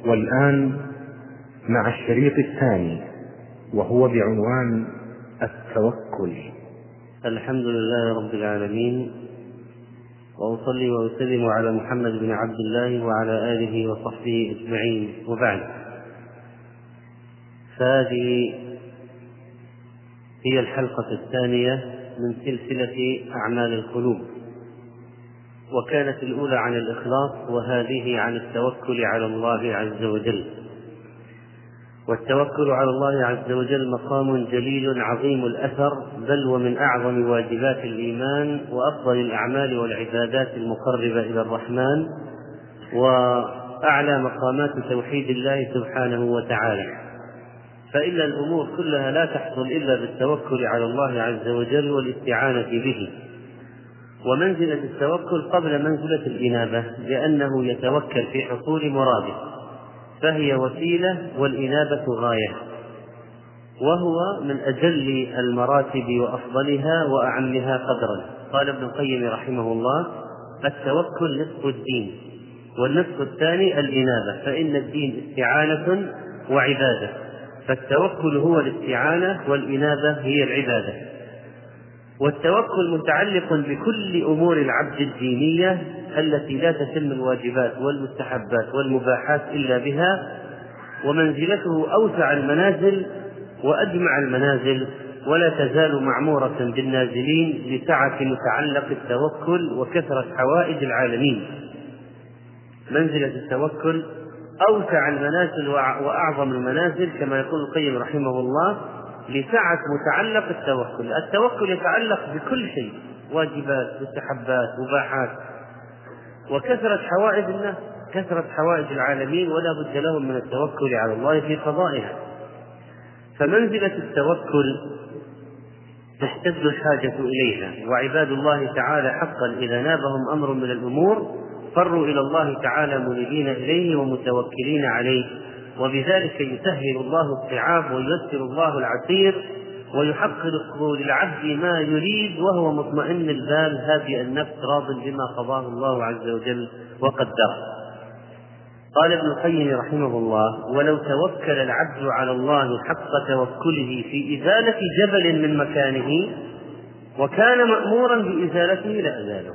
والآن مع الشريط الثاني وهو بعنوان التوكل. الحمد لله رب العالمين، وأصلي وأسلم على محمد بن عبد الله وعلى آله وصحبه أجمعين، وبعد. فهذه هي الحلقة الثانية من سلسلة أعمال القلوب، وكانت الأولى عن الإخلاص، وهذه عن التوكل على الله عز وجل. والتوكل على الله عز وجل مقام جليل عظيم الأثر، بل ومن أعظم واجبات الإيمان وأفضل الأعمال والعبادات المقربة إلى الرحمن، وأعلى مقامات توحيد الله سبحانه وتعالى. فإن الأمور كلها لا تحصل إلا بالتوكل على الله عز وجل والاستعانة به. ومنزلة التوكل قبل منزلة الإنابة، لأنه يتوكل في حصول مراده، فهي وسيلة والإنابة غاية، وهو من أجل المراتب وأفضلها وأعمها قدرا. قال ابن القيم رحمه الله: التوكل نصف الدين، والنصف الثاني الإنابة، فإن الدين استعانة وعبادة، فالتوكل هو الاستعانة والإنابة هي العبادة. والتوكل متعلق بكل أمور العبد الدينية التي لا تتم الواجبات والمستحبات والمباحات إلا بها، ومنزلته أوسع المنازل وأجمع المنازل، ولا تزال معمورة بالنازلين لسعة متعلق التوكل وكثرة حوائج العالمين. منزلة التوكل أوسع المنازل وأعظم المنازل، كما يقول القيم رحمه الله، لسعة متعلق التوكل. التوكل يتعلق بكل شيء، واجبات، مستحبات، مباحات، وكثرة حوائج الناس، كثرة حوائج العالمين، ولا بد لهم من التوكل على الله في قضائها. فمنزلة التوكل تشتد الحاجة إليها، وعباد الله تعالى حقا إذا نابهم أمر من الأمور فروا إلى الله تعالى منيبين إليه ومتوكلين عليه، وبذلك يسهل الله الصعاب وييسر الله العسير، ويحقق للعبد ما يريد وهو مطمئن البال هادئ النفس راض بما قضاه الله عز وجل وقدره. قال ابن القيم رحمه الله: ولو توكل العبد على الله حق توكله في إزالة جبل من مكانه وكان مأمورا بإزالته لأزاله.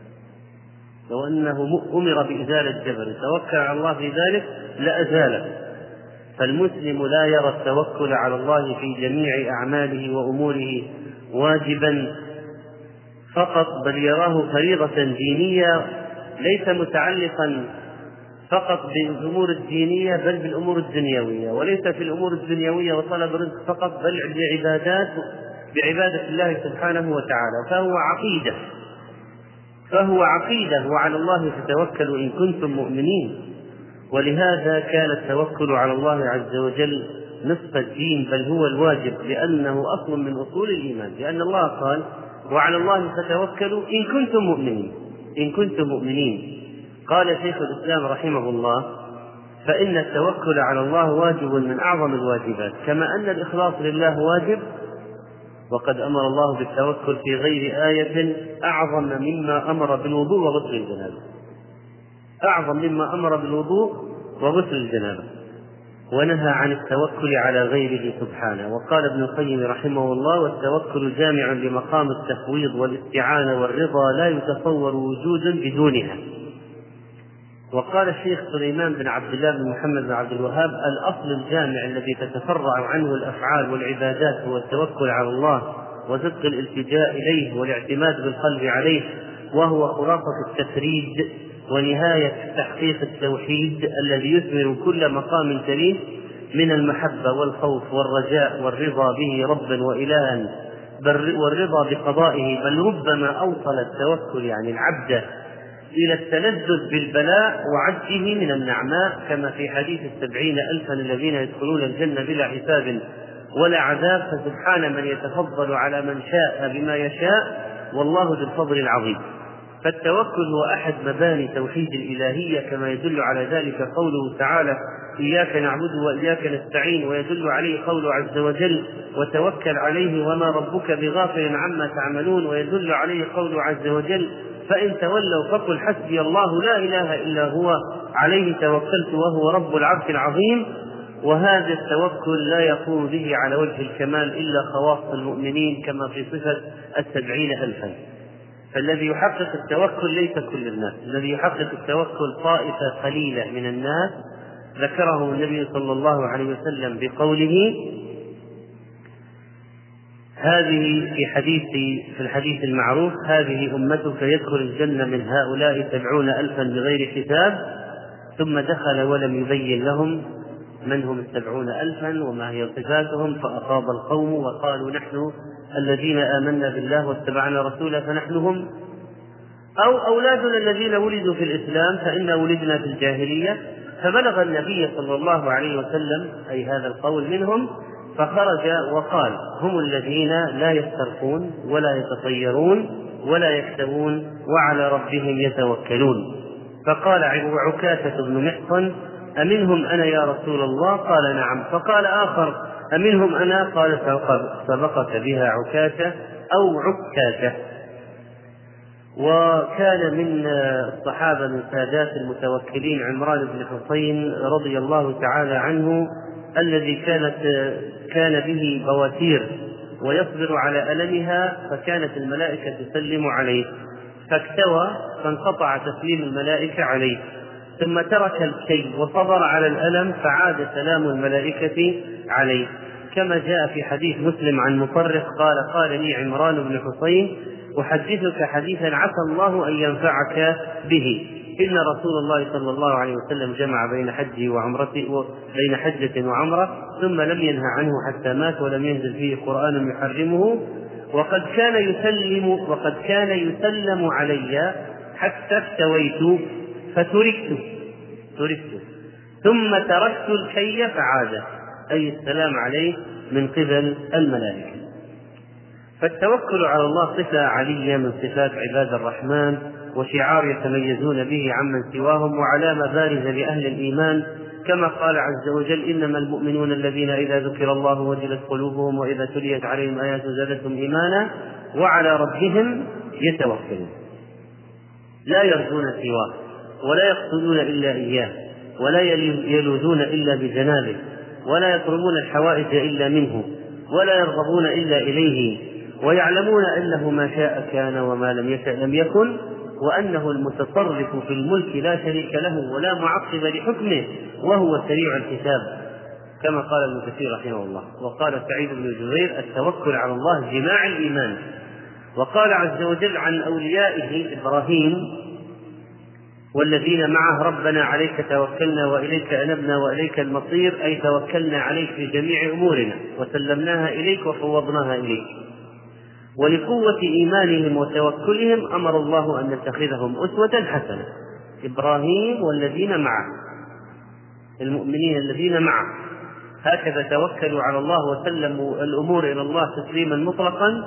لو أنه أمر بإزالة جبل توكل على الله في ذلك لأزاله. فالمسلم لا يرى التوكل على الله في جميع أعماله وأموره واجبا فقط، بل يراه فريضة دينية، ليس متعلقا فقط بالأمور الدينية بل بالأمور الدنيوية، وليس في الأمور الدنيوية وطلب الرزق فقط، بل بعبادة الله سبحانه وتعالى. فهو عقيدة وعلى الله فتوكلوا إن كنتم مؤمنين. ولهذا كان التوكل على الله عز وجل نصف الدين، بل هو الواجب، لأنه أصل من أصول الإيمان، لأن الله قال: وعلى الله فتوكلوا إن كنتم مؤمنين. قال شيخ الإسلام رحمه الله: فإن التوكل على الله واجب من أعظم الواجبات، كما أن الإخلاص لله واجب، وقد أمر الله بالتوكل في غير آية أعظم مما أمر بالوضوء وغسل الجنابة، ونهى عن التوكل على غيره سبحانه. وقال ابن القيم رحمه الله: والتوكل جامع لمقام التفويض والاستعانة والرضا، لا يتصور وجود بدونها. وقال الشيخ سليمان بن عبد الله بن محمد بن عبد الوهاب: الأصل الجامع الذي تتفرع عنه الأفعال والعبادات هو التوكل على الله وصدق الالتجاء إليه والاعتماد بالقلب عليه، وهو خلاصة التفريد ونهاية تحقيق التوحيد الذي يثمر كل مقام كريم من المحبة والخوف والرجاء والرضا به ربا وإلها والرضا بقضائه. بل ربما أوصل التوكل يعني العبد إلى التلذذ بالبلاء وعجه من النعماء، كما في حديث 70,000 الذين يدخلون الجنة بلا حساب ولا عذاب. فسبحان من يتفضل على من شاء بما يشاء، والله ذو الفضل العظيم. فالتوكل هو أحد مباني توحيد الإلهية، كما يدل على ذلك قوله تعالى: إياك نعبد وإياك نستعين، ويدل عليه قوله عز وجل: وتوكل عليه وما ربك بغافل عما تعملون، ويدل عليه قوله عز وجل: فإن تولوا فقل حسبي الله لا إله إلا هو عليه توكلت وهو رب العرش العظيم. وهذا التوكل لا يقوم به على وجه الكمال إلا خواص المؤمنين كما في صفة 70,000. فالذي يحقق التوكل ليس كل الناس، الذي يحقق التوكل طائفة قليلة من الناس ذكره النبي صلى الله عليه وسلم بقوله هذه في الحديث المعروف: هذه أمتك يدخل الجنة من هؤلاء 70,000 بغير حساب. ثم دخل ولم يبين لهم من هم 70,000 وما هي صفاتهم، فأصاب القوم وقالوا نحن الذين آمنا بالله واتبعنا رسوله فنحن هم، أو أولادنا الذين ولدوا في الإسلام فإنا ولدنا في الجاهلية. فبلغ النبي صلى الله عليه وسلم أي هذا القول منهم، فخرج وقال: هم الذين لا يسترقون ولا يتطيرون ولا يكتوون وعلى ربهم يتوكلون. فقال عكاشة بن محصن: أمنهم أنا يا رسول الله؟ قال: نعم. فقال آخر: أمنهم أنا؟ قال: سبقك بها عكاشة أو عكاشة. وكان من الصحابة من سادات المتوكلين عمران بن حسين رضي الله تعالى عنه، الذي كان به بواتير ويصبر على ألمها، فكانت الملائكة تسلم عليه فاكتوى فانقطع تسليم الملائكة عليه، ثم ترك الكي وصبر على الألم فعاد سلام الملائكة عليه، كما جاء في حديث مسلم عن مطرف قال: قال لي عمران بن حسين: أحدثك حديثا عسى الله أن ينفعك به، إن رسول الله صلى الله عليه وسلم جمع بين حجة وعمرة ثم لم ينه عنه حتى مات ولم ينزل فيه قرآن يحرمه، وقد كان يسلم علي حتى اكتويت فتركت ثم تركت الكي فعاد، أي السلام عليه من قبل الملائكة. فالتوكل على الله صفة علية من صفات عباد الرحمن، وشعار يتميزون به عمن سواهم، وعلامة بارزة لأهل الإيمان، كما قال عز وجل: إنما المؤمنون الذين إذا ذكر الله وجلت قلوبهم وإذا تليت عليهم آياته زادتهم إيمانا وعلى ربهم يتوكلون. لا يرجون سواه ولا يقصدون إلا إياه ولا يلوذون إلا بجنابه ولا يطلبون الحوائج إلا منه ولا يرغبون إلا إليه، ويعلمون أنه ما شاء كان وما لم يشأ لم يكن، وأنه المتصرف في الملك لا شريك له ولا معقب لحكمه وهو سريع الحساب، كما قال ابن كثير رحمه الله. وقال سعيد بن جبير: التوكل على الله جماع الإيمان. وقال عز وجل عن أوليائه إبراهيم: والذين معه: ربنا عليك توكلنا وإليك أنبنا وإليك المصير، أي توكلنا عليك في جميع أمورنا وسلمناها إليك وفوضناها إليك. ولقوة إيمانهم وتوكلهم أمر الله أن نتخذهم أسوة حسنة. إبراهيم والذين معه، المؤمنين الذين معه، هكذا توكلوا على الله وسلموا الأمور إلى الله تسليما مطلقا.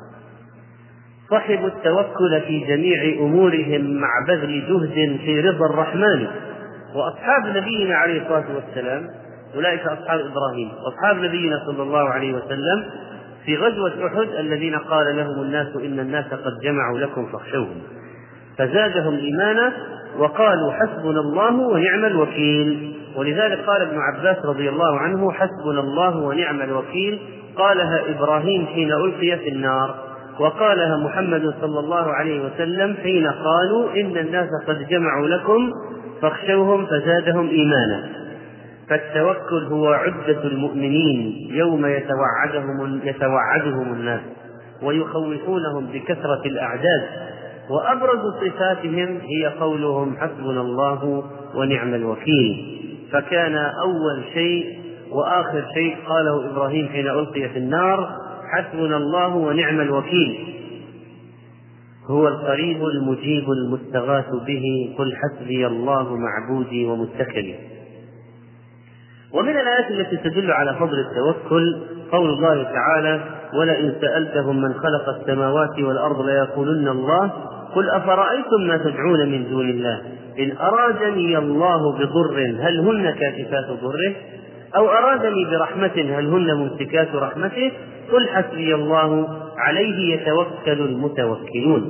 صحبوا التوكل في جميع أمورهم مع بذل جهد في رضا الرحمن. وأصحاب نبينا عليه الصلاة والسلام أولئك أصحاب إبراهيم، وأصحاب نبينا صلى الله عليه وسلم في غزوة أحد الذين قال لهم الناس إن الناس قد جمعوا لكم فاخشوهم، فزادهم إيمانا وقالوا حسبنا الله ونعم الوكيل. ولذلك قال ابن عباس رضي الله عنه: حسبنا الله ونعم الوكيل، قالها إبراهيم حين ألقي في النار، وقالها محمد صلى الله عليه وسلم حين قالوا إن الناس قد جمعوا لكم فاخشوهم فزادهم إيمانا. فالتوكل هو عدة المؤمنين يوم يتوعدهم الناس ويخوفونهم بكثرة الأعداد، وأبرز صفاتهم هي قولهم حسبنا الله ونعم الوكيل. فكان أول شيء وآخر شيء قاله إبراهيم حين ألقي في النار: حسبنا الله ونعم الوكيل، هو القريب المجيب المستغاث به، قل حسبي الله معبودي ومتكلي. ومن الآيات التي تدل على فضل التوكل قول الله تعالى: ولئن سألتهم من خلق السماوات والأرض ليقولن الله قل أفرأيتم ما تدعون من دون الله إن أرادني الله بضر هل هن كاشفات ضره أو أرادني برحمة هل هن ممسكات رحمته قل حسبي الله عليه يتوكل المتوكلون.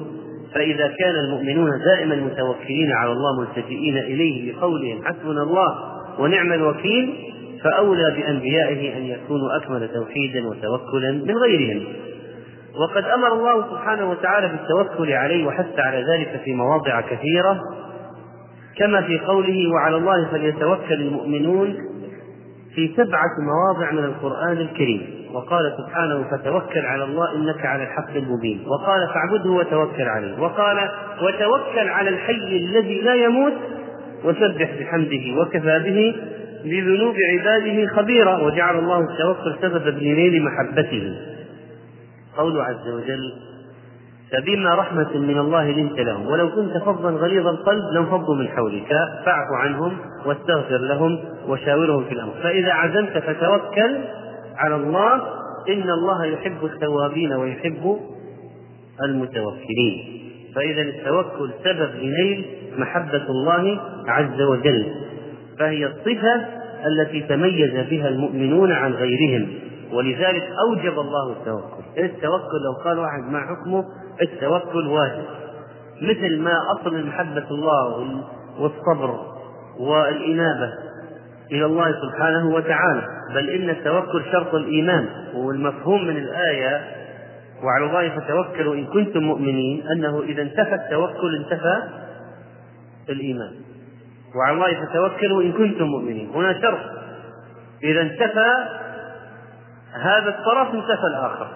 فإذا كان المؤمنون دائما متوكلين على الله ملتجئين إليه بقولهم حسبنا الله ونعم الوكيل، فأولى بأنبيائه أن يكونوا أكمل توحيدا وتوكلا من غيرهم. وقد أمر الله سبحانه وتعالى بالتوكل عليه وحث على ذلك في مواضع كثيرة، كما في قوله وعلى الله فليتوكل المؤمنون في 7 مواضع من القرآن الكريم. وقال سبحانه فتوكل على الله إنك على الحق المبين، وقال فاعبده وتوكل عليه، وقال وتوكل على الحي الذي لا يموت وسبح بحمده وكفى به بذنوب عباده خبيرا، وجعل الله التوكل سببا لنيل محبته. قوله عز وجل فبما رحمة من الله لنت لهم ولو كنت فظا غليظ القلب لانفضوا من حولك فاعف عنهم واستغفر لهم وشاورهم في الأمر فإذا عزمت فتوكل على الله إن الله يحب التوابين ويحب المتوكلين. فإذا التوكل سبب لنيل محبة الله عز وجل، فهي الصفة التي تميز بها المؤمنون عن غيرهم، ولذلك أوجب الله التوكل. التوكل لو قال واحد ما حكمه التوكل واجب، مثل ما أصل محبة الله والصبر والإنابة إلى الله سبحانه وتعالى، بل إن التوكل شرط الإيمان. والمفهوم من الآية وعلى الله فتوكلوا إن كنتم مؤمنين أنه إذا انتفى التوكل انتفى الإيمان. وعلى الله فتوكلوا إن كنتم مؤمنين هنا شرط، إذا انتفى هذا الطرف انتفى الآخر.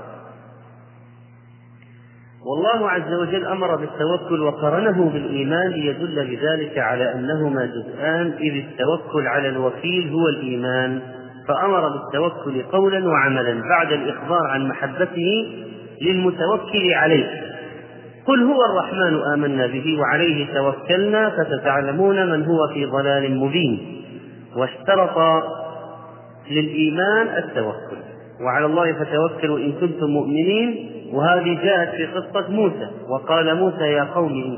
والله عز وجل أمر بالتوكل وقرنه بالإيمان ليدل بذلك على أنهما جزءان، إذ التوكل على الوكيل هو الإيمان، فأمر بالتوكل قولا وعملا بعد الإخبار عن محبته للمتوكل عليه. قل هو الرحمن آمنا به وعليه توكلنا فستعلمون من هو في ضلال مبين. واشترط للإيمان التوكل. وعلى الله فتوكلوا إن كنتم مؤمنين، وهذه جاءت في قصة موسى، وقال موسى يا قوم إن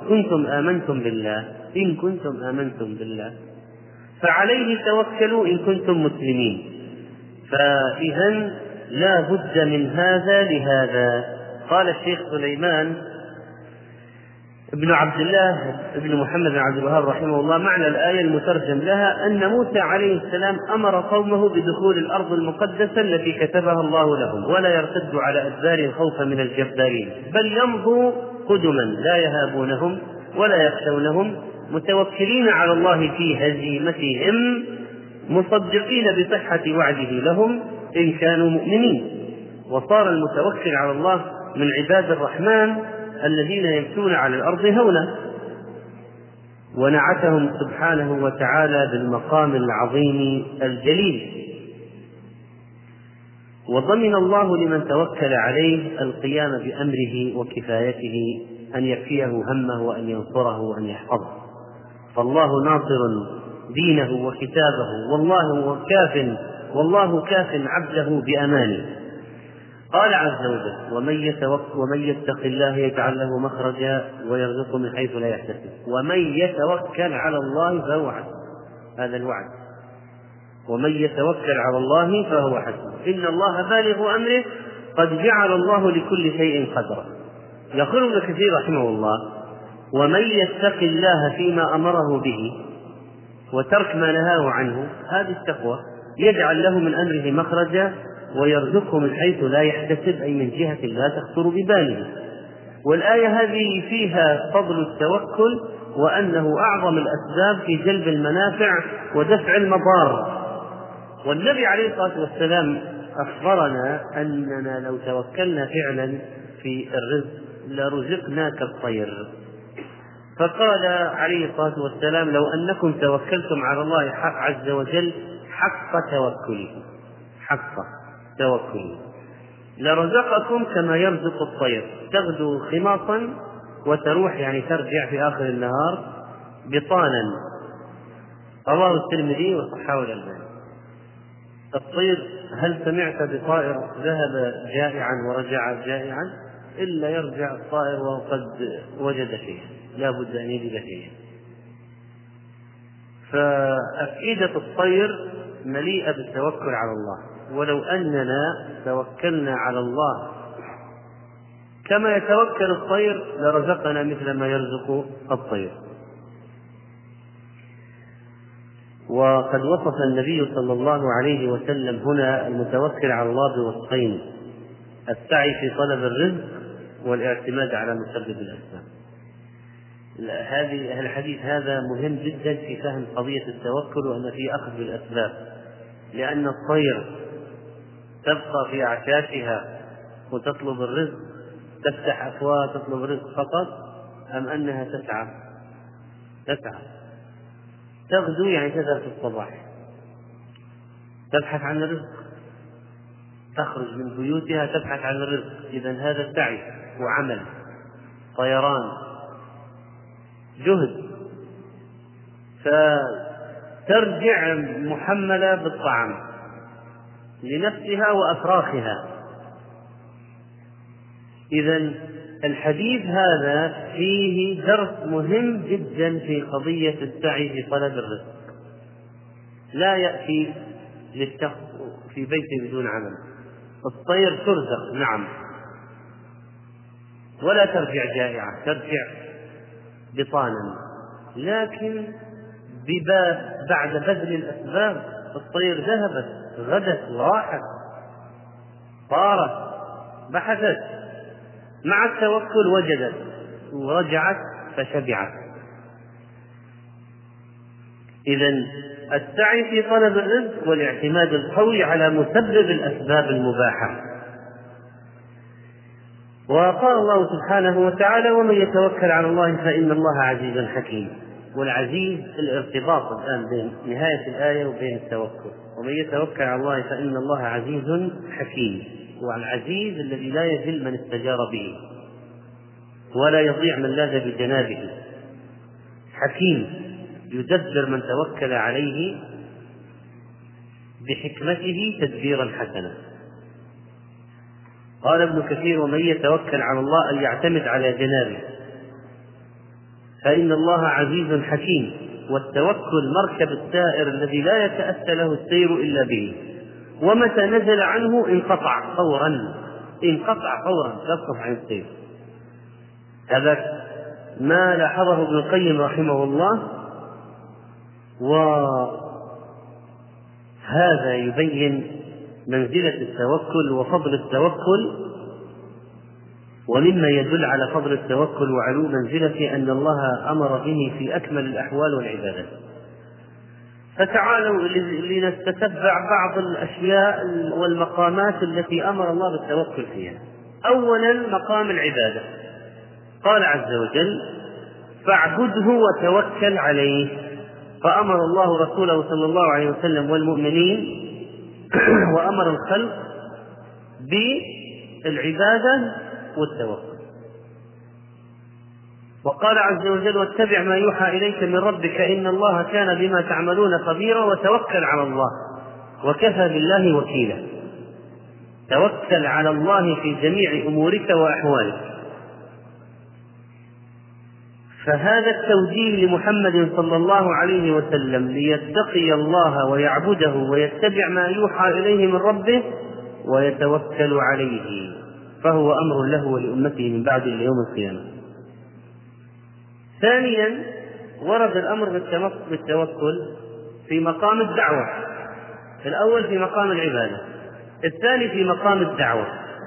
كنتم آمنتم بالله فعليه توكلوا إن كنتم مسلمين. فإذا لا بد من هذا لهذا. قال الشيخ سليمان ابن عبد الله ابن محمد بن عبد الوهاب رحمه الله معنى الآية المترجم لها أن موسى عليه السلام أمر قومه بدخول الأرض المقدسة التي كتبها الله لهم، ولا يرتد على أدبار خوفا من الجبارين، بل يمضوا قدما لا يهابونهم ولا يخشونهم، متوكلين على الله في هزيمتهم، مصدقين بصحة وعده لهم إن كانوا مؤمنين. وصار المتوكل على الله من عباد الرحمن الذين يمشون على الأرض هونا. ونعتهم سبحانه وتعالى بالمقام العظيم الجليل. وضمن الله لمن توكل عليه القيام بأمره وكفايته، أن يكفيه همه وأن ينصره وأن يحفظه، فالله ناصر دينه وكتابه، والله كاف عبده بأمانه. قال عز وجل ومن يتق الله يجعل له مخرجا ويرزقه من حيث لا يحتسب ومن يتوكل على الله فهو حسبه. هذا الوعد، ومن يتوكل على الله فهو حسبه إن الله بالغ أمره قد جعل الله لكل شيء قدرا. يقول ابن كثير رحمه الله ومن يتق الله فيما أمره به وترك ما نهاه عنه، هذه التقوى، يجعل له من أمره مخرجا ويرزقه من حيث لا يحتسب، أي من جهة لا تخطر بباله. والآية هذه فيها فضل التوكل، وأنه أعظم الأسباب في جلب المنافع ودفع المضار. والنبي عليه الصلاة والسلام أخبرنا أننا لو توكلنا فعلا في الرزق لرزقنا كالطير. فقال عليه الصلاة والسلام لو أنكم توكلتم على الله عز وجل حق توكله لرزقكم كما يرزق الطير، تغدو خماصا وتروح يعني ترجع في آخر النهار بطانا. رواه الترمذي وصححه الألباني. الطير، هل سمعت بطائر ذهب جائعا ورجع جائعا؟ إلا يرجع الطائر وقد وجد شيئا، لا بد أن يجد شيئا. فأفئدة الطير مليئة بالتوكل على الله. ولو أننا توكلنا على الله كما يتوكل الطير لرزقنا مثل ما يرزق الطير. وقد وصف النبي صلى الله عليه وسلم هنا المتوكل على الله بوصفين: السعي في طلب الرزق والاعتماد على مسبب الأسباب. هذه الحديث هذا مهم جدا في فهم قضية التوكل، وأن فيه أخذ بالأسباب، لأن الطير تبقى في أعشاشها وتطلب الرزق، تفتح أفواه تطلب الرزق فقط، أم أنها تسعى تغدو، يعني تذهب في الصباح تبحث عن الرزق، تخرج من بيوتها تبحث عن الرزق. إذن هذا سعي وعمل، طيران، جهد. فترجع محملة بالطعام لنفسها وأفراخها. إذن الحديث هذا فيه درس مهم جدا في قضية السعي في طلب الرزق. لا يأتي للشخص في بيته بدون عمل. الطير ترزق نعم، ولا ترجع جائعة، ترجع بطانا، لكن بعد بذل الأسباب الطير ذهبت، غدت وراحت، طارت، بحثت، مع التوكل وجدت ورجعت فشبعت. إذن السعي في طلب الرزق والاعتماد القوي على مسبب الأسباب المباحة. وقال الله سبحانه وتعالى: ومن يتوكل على الله فإن الله عزيز حكيم. والعزيز الارتباط الآن بين نهاية الآية وبين التوكل. ومن يتوكل على الله فإن الله عزيز حكيم، والعزيز الذي لا يذل من استجار به ولا يضيع من لاذ بجنابه، حكيم يدبر من توكل عليه بحكمته تدبيرا حسنا. قال ابن كثير: ومن يتوكل على الله أن يعتمد على جنابه فإن الله عزيز حكيم. والتوكل مركب السائر الذي لا يتأتى له السير إلا به، ومتى نزل عنه انقطع فورا تسقط عن السير. هذا ما لاحظه ابن القيم رحمه الله، وهذا يبين منزلة التوكل وفضل التوكل. ومما يدل على فضل التوكل وعلو منزلته أن الله أمر به في أكمل الأحوال والعبادات. فتعالوا لنتتبع بعض الأشياء والمقامات التي أمر الله بالتوكل فيها. أولا مقام العبادة، قال عز وجل: فاعبده وتوكل عليه. فأمر الله رسوله صلى الله عليه وسلم والمؤمنين وأمر الخلق بالعبادة والتوكل. وقال عز وجل: واتبع ما يوحى إليك من ربك إن الله كان بما تعملون خبيرا وتوكل على الله وكفى بالله وكيلا. توكل على الله في جميع أمورك وأحوالك. فهذا التوجيه لمحمد صلى الله عليه وسلم ليتقي الله ويعبده ويتبع ما يوحى إليه من ربه ويتوكل عليه، فهو أمر له ولأمته من بعد يوم القيامة. ثانيا ورد الأمر بالتوكل في مقام الدعوة، الأول في مقام العبادة، الثاني في مقام الدعوة.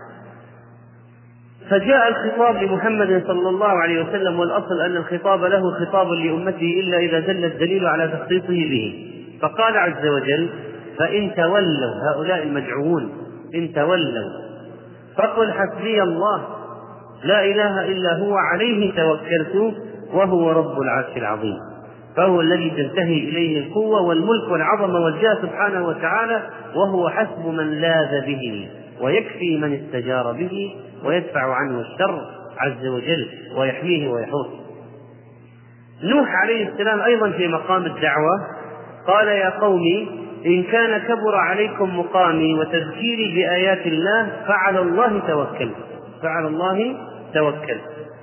فجاء الخطاب لمحمد صلى الله عليه وسلم، والأصل أن الخطاب له خطاب لأمته إلا إذا دل الدليل على تخصيصه به. فقال عز وجل: فإن تولوا، هؤلاء المدعوون إن تولوا فقل حسبي الله لا إله إلا هو عليه توكلت وهو رب العرش العظيم. فهو الذي تنتهي إليه القوة والملك والعظمة والجاه سبحانه وتعالى، وهو حسب من لاذ به ويكفي من استجار به ويدفع عنه الشر عز وجل ويحميه ويحوطه. نوح عليه السلام أيضا في مقام الدعوة قال: يا قوم إن كان كبر عليكم مقامي وتذكيري بآيات الله فعلى الله توكل.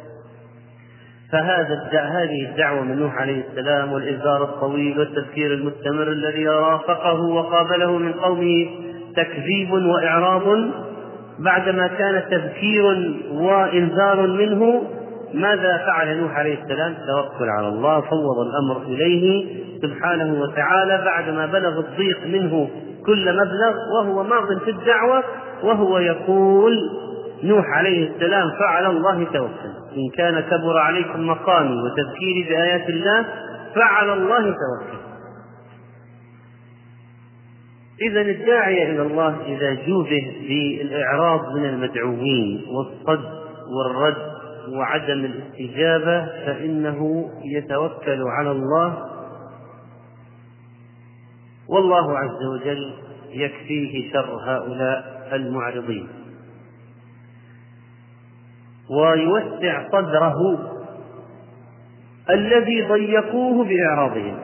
فهذه الدعوة من نوح عليه السلام والإنذار الطويل والتذكير المستمر الذي رافقه وقابله من قومه تكذيب وإعراض بعدما كان تذكير وإنذار منه، ماذا فعل نوح عليه السلام؟ توكل على الله، فوض الأمر إليه سبحانه وتعالى بعدما بلغ الضيق منه كل مبلغ، وهو ماض في الدعوة، وهو يقول نوح عليه السلام: فعلى الله توكل، إن كان كبر عليكم مقامي وتذكيري بآيات الله فعلى الله توكل. إذن الداعية إلى الله إذا جوبه بالإعراض من المدعوين والصد والرد وعدم الاستجابة فإنه يتوكل على الله، والله عز وجل يكفيه شر هؤلاء المعرضين ويوسع صدره الذي ضيقوه بإعراضهم.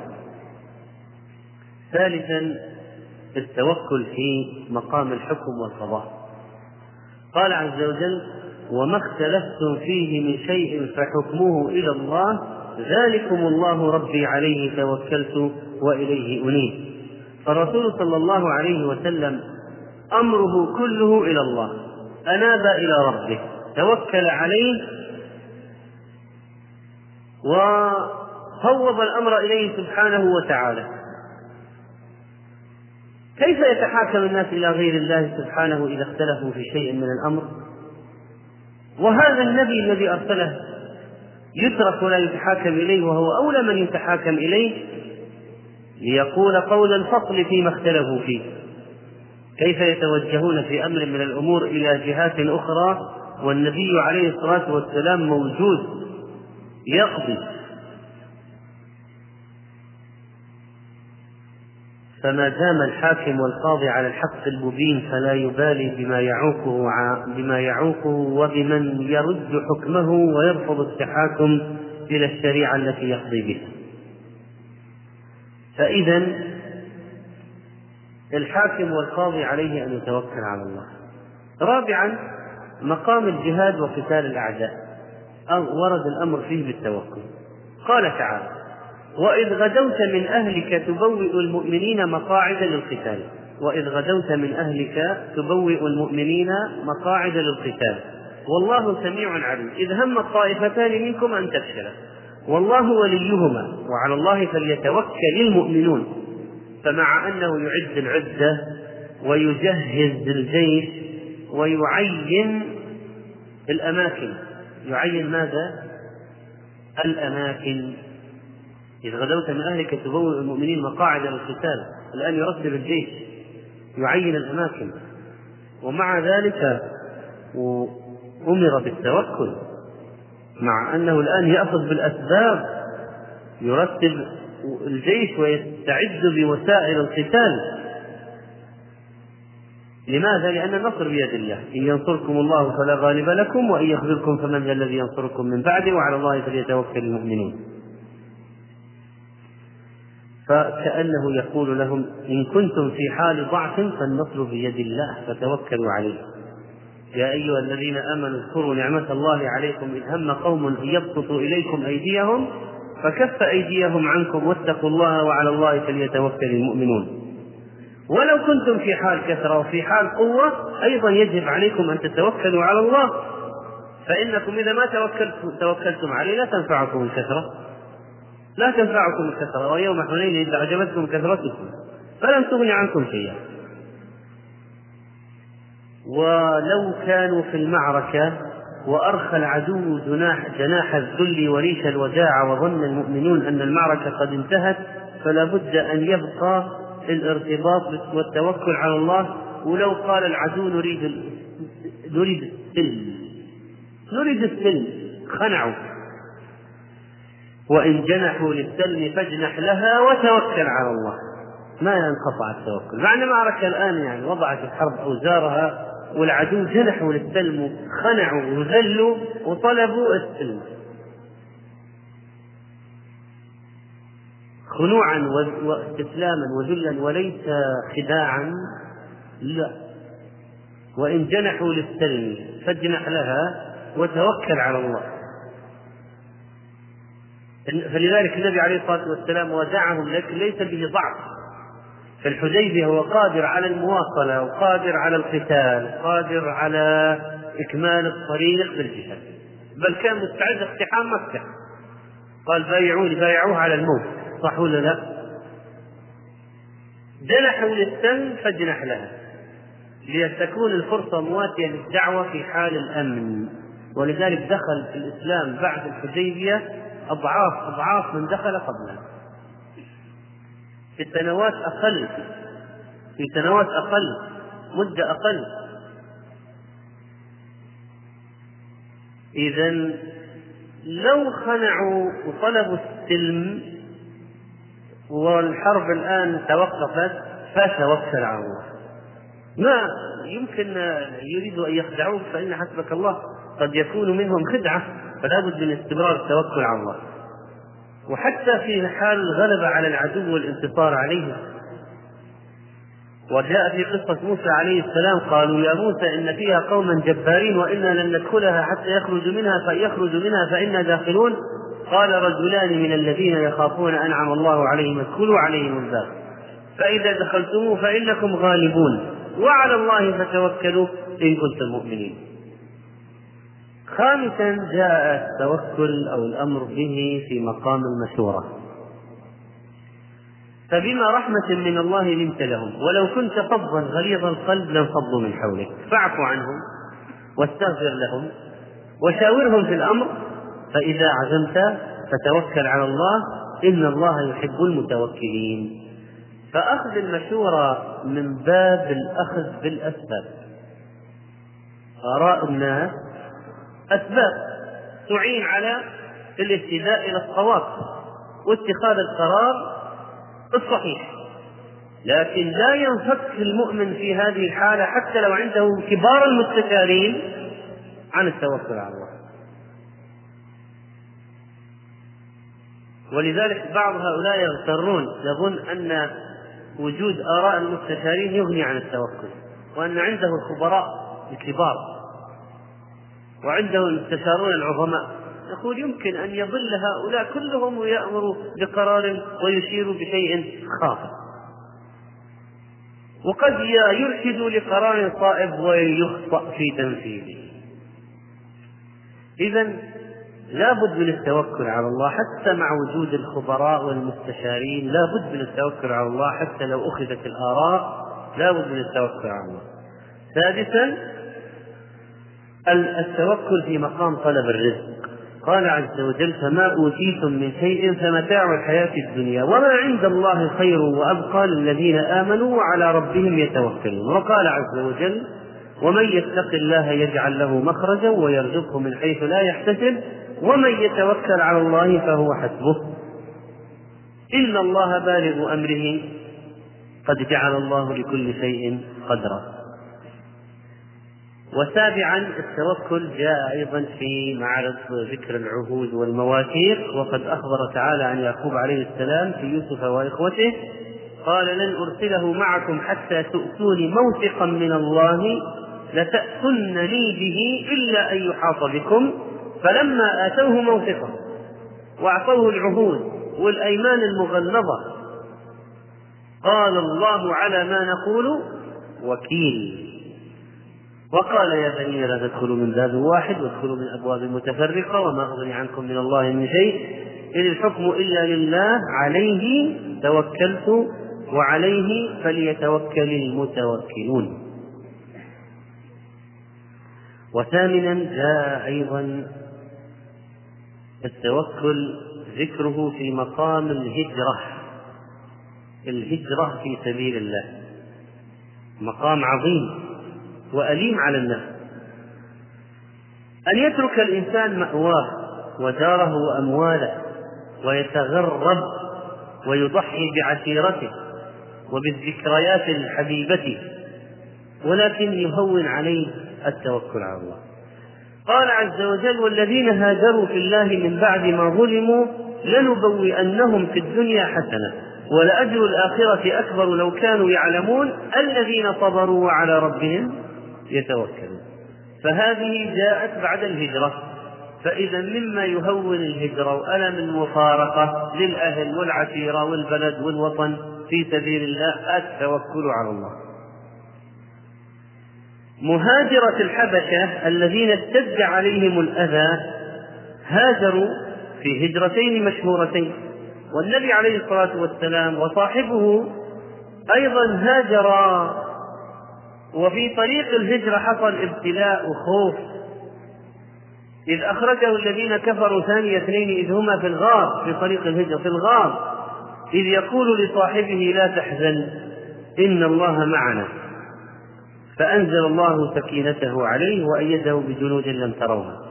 ثالثا، التوكل في مقام الحكم والقضاء. قال عز وجل: وما اختلفتم فيه من شيء فحكمه إلى الله، ذلكم الله ربي عليه توكلت وإليه أنيب. فالرسول صلى الله عليه وسلم أمره كله إلى الله، أناب إلى ربه، توكل عليه وفوض الأمر إليه سبحانه وتعالى. كيف يتحاكم الناس إلى غير الله سبحانه إذا اختلفوا في شيء من الأمر؟ وهذا النبي الذي أرسله يترك ولا يتحاكم إليه، وهو أولى من يتحاكم إليه ليقول قول الفصل فيما اختلفوا فيه. كيف يتوجهون في أمر من الأمور إلى جهات أخرى والنبي عليه الصلاة والسلام موجود يقضي؟ فما دام الحاكم والقاضي على الحق المبين فلا يبالي بما يعوقه وبمن يرد حكمه ويرفض التحاكم إلى الشريعة التي يقضي بها. فإذا الحاكم والقاضي عليه أن يتوكل على الله. رابعا، مقام الجهاد وقتال الأعداء ورد الأمر فيه بالتوكل. قال تعالى: وإذ غدوت من أهلك تبوئ المؤمنين مقاعد للقتال. وإذ غدوت من أهلك تبوئ المؤمنين مقاعد للقتال والله سميع عليم. إذ هم الطائفتان منكم أن تفشلا والله وليهما وعلى الله فليتوكل المؤمنون. فمع أنه يعد العدة ويجهز الجيش ويعين الأماكن، يعين ماذا؟ الأماكن. إذ غدوت من أهلك تبوئ المؤمنين مقاعد للقتال، الآن يرتب الجيش، يعين الأماكن، ومع ذلك أمر بالتوكل، مع أنه الآن يأخذ بالأسباب، يرتب الجيش ويستعد بوسائل القتال. لماذا؟ لأن النصر بيد الله، إن ينصركم الله فلا غالب لكم وإن يخذلكم فمن ذا الذي ينصركم من بعده وعلى الله فليتوكل المؤمنون. فكأنه يقول لهم: إن كنتم في حال ضعف فالنصر بيد الله فتوكلوا عليه. يا أيها الذين آمنوا اذكروا نعمة الله عليكم إذ هم قوم أن يبسطوا إليكم أيديهم فكف أيديهم عنكم واتقوا الله وعلى الله فليتوكل المؤمنون. ولو كنتم في حال كثرة وفي حال قوة أيضا يجب عليكم أن تتوكلوا على الله، فإنكم إذا ما توكلتم عليه لا تنفعكم الكثرة، لا تنفعكم الكثرة. ويوم حنين إذ أعجبتكم كثرتكم فلم تغن عنكم شيئا. ولو كانوا في المعركة وأرخى العدو جناح الذل وريش الوداع وظن المؤمنون أن المعركة قد انتهت فلا بد أن يبقى الارتباط والتوكل على الله. ولو قال العدو نريد السلم خنعوا. وإن جنحوا للسلم فاجنح لها وتوكل على الله. ما ينقطع التوكل مع أن المعركة الآن وضعت الحرب أوزارها والعدو جنحوا للسلم خنعوا وذلوا وطلبوا السلم خنوعا واستسلاما وذلا وليس خداعا. لا، وإن جنحوا للسلم فاجنح لها وتوكل على الله. فلذلك النبي عليه الصلاة والسلام ودعهم لك ليس به ضعف، في الحديبية هو قادر على المواصلة وقادر على القتال وقادر على إكمال الطريق بالجهاد، بل كان مستعد لاقتحام مكة. قال بايعوه على الموت، صح ولا لا؟ جنحوا للسلم فاجنح لها، لتكون الفرصة مواتية للدعوة في حال الأمن. ولذلك دخل في الإسلام بعد الحديبية أضعاف من دخل قبلها في سنوات أقل، مدة أقل. إذن لو خنعوا وطلبوا السلم والحرب الآن توقفت فتوكل على الله. ما يمكن يريدوا أن يخدعوك، فإن حسبك الله قد يكون منهم خدعة، فلا بد من استمرار التوكل على الله. وحتى في حال الغلبة على العدو والانتصار عليه. وجاء في قصة موسى عليه السلام قالوا يا موسى إن فيها قوما جبارين وإنا لن ندخلها حتى يخرجوا منها فإنا داخلون. قال رجلان من الذين يخافون أنعم الله عليهم ادخلوا عليهم الباب فإذا دخلتموه فإنكم غالبون وعلى الله فتوكلوا إن كنتم مؤمنين. خامسا جاء التوكل أو الأمر به في مقام المشورة. فبما رحمة من الله لنت لهم ولو كنت فظا غليظ القلب لانفضوا من حولك فاعف عنهم واستغفر لهم وشاورهم في الأمر فإذا عزمت فتوكل على الله إن الله يحب المتوكلين. فأخذ المشورة من باب الأخذ بالأسباب. آراء الناس أسباب تعين على الاهتداء إلى الصواب واتخاذ القرار الصحيح، لكن لا ينفك المؤمن في هذه الحالة حتى لو عنده كبار المستشارين عن التوكل على الله. ولذلك بعض هؤلاء يغترون يظن أن وجود آراء المستشارين يغني عن التوكل، وأن عنده الخبراء الكبار وعنده المستشارون العظماء. يقول يمكن أن يضل هؤلاء كلهم ويأمر بقرار ويشير بشيء خاطئ، وقد يرشد لقرار صائب ويخطئ في تنفيذه. إذن لا بد من التوكل على الله حتى مع وجود الخبراء والمستشارين، لا بد من التوكل على الله حتى لو أخذت الآراء، لا بد من التوكل على الله. سادسا التوكل في مقام طلب الرزق. قال عز وجل فما أوتيتم من شيء فمتاع الحياة الدنيا وما عند الله خير وأبقى للذين آمنوا وعلى ربهم يتوكلون. وقال عز وجل ومن يتق الله يجعل له مخرجا ويرزقه من حيث لا يحتسب ومن يتوكل على الله فهو حسبه إن الله بالغ أمره قد جعل الله لكل شيء قدرا. وسابعا التوكل جاء أيضا في معرض ذكر العهود والمواثيق، وقد أخبر تعالى عن يعقوب عليه السلام في يوسف وإخوته قال لن أرسله معكم حتى تؤتوني موثقا من الله لتأتونني به إلا أن يحاط بكم فلما آتوه موثقا وأعطوه العهود والأيمان المغلظة قال الله على ما نقول وكيل. وقال يا بني لا تدخلوا من باب واحد وادخلوا من أبواب متفرقة وما أغني عنكم من الله من شيء إن الحكم إلا لله عليه توكلت وعليه فليتوكل المتوكلون. وثامنا جاء أيضا التوكل ذكره في مقام الهجرة في سبيل الله، مقام عظيم وأليم على النفس. أن يترك الإنسان مأواه وداره وأمواله ويتغرب ويضحي بعشيرته وبالذكريات الحبيبة، ولكن يهون عليه التوكل على الله. قال عز وجل والذين هاجروا في الله من بعد ما ظلموا لنبوئنهم في الدنيا حسنة ولأجر الآخرة أكبر لو كانوا يعلمون الذين صبروا وعلى ربهم يتوكلون. فهذه جاءت بعد الهجرة، فإذا مما يهون الهجرة وألم المفارقة للأهل والعشيرة والبلد والوطن في سبيل الله التوكل على الله. مهاجرة الحبشة الذين اشتد عليهم الأذى هاجروا في هجرتين مشهورتين، والنبي عليه الصلاة والسلام وصاحبه أيضا هاجرا، وفي طريق الهجرة حصل ابتلاء وخوف، إذ أخرجه الذين كفروا ثاني اثنين إذ هما في الغار في طريق الهجرة في الغار، إذ يقول لصاحبه لا تحزن إن الله معنا، فأنزل الله سكينته عليه وأيده بجنود لم تروها.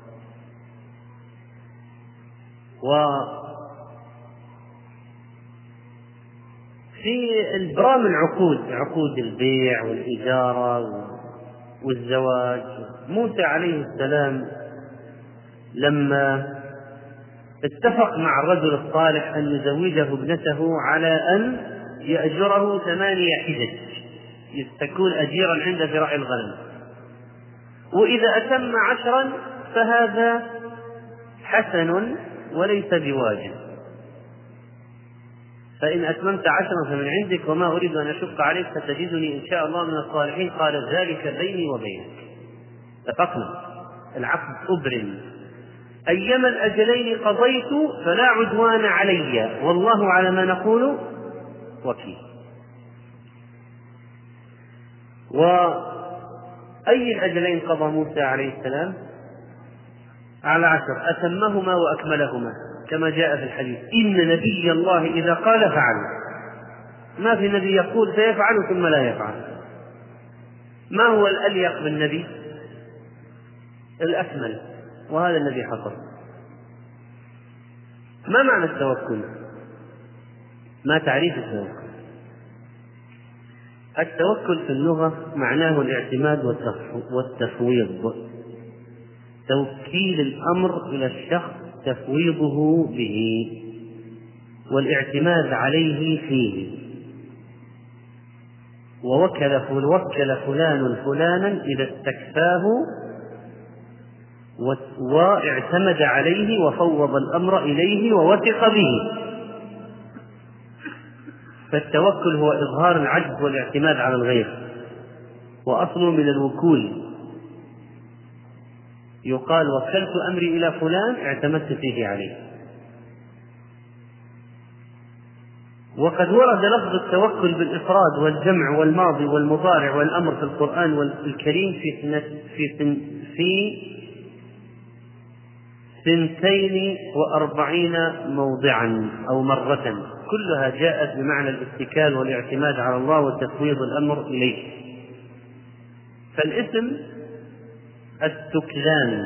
وفي البرام العقود، عقود البيع والإجارة والزواج، موسى عليه السلام لما اتفق مع الرجل الصالح أن يزوجه ابنته على أن يأجره 8 حجج يستكون أجيرا عنده في رعي الغنم، وإذا أتم 10 فهذا حسن وليس بواجب، فإن أتممت 10 فمن عندك وما أريد أن أشق عليك فتجدني إن شاء الله من الصالحين. قال ذلك بيني وبينك، اتفقنا، العقد أبرم، أيما الأجلين قضيت فلا عدوان علي والله على ما نقول وكيل. وأي الأجلين قضى موسى عليه السلام؟ على 10، أتمهما وأكملهما كما جاء في الحديث، إن نبي الله إذا قال فعل، ما في نبي يقول سيفعل ثم لا يفعل. ما هو الأليق بالنبي؟ الأكمل، وهذا الذي حصل. ما معنى التوكل؟ ما تعريف التوكل؟ التوكل في اللغة معناه الاعتماد والتفويض، توكيل الأمر إلى الشخص، تفويضه به والاعتماد عليه فيه. ووكل فلان فلانا إذا استكفاه واعتمد عليه وفوض الأمر إليه ووثق به. فالتوكل هو إظهار العجز والاعتماد على الغير، وأصله من الوكول، يقال وكلت أمري إلى فلان اعتمدت فيه عليه. وقد ورد لفظ التوكل بالإفراد والجمع والماضي والمضارع والأمر في القرآن الكريم في 42 موضعا أو مرة، كلها جاءت بمعنى الاتكال والاعتماد على الله وتفويض الأمر إليه. فالاسم التكلان،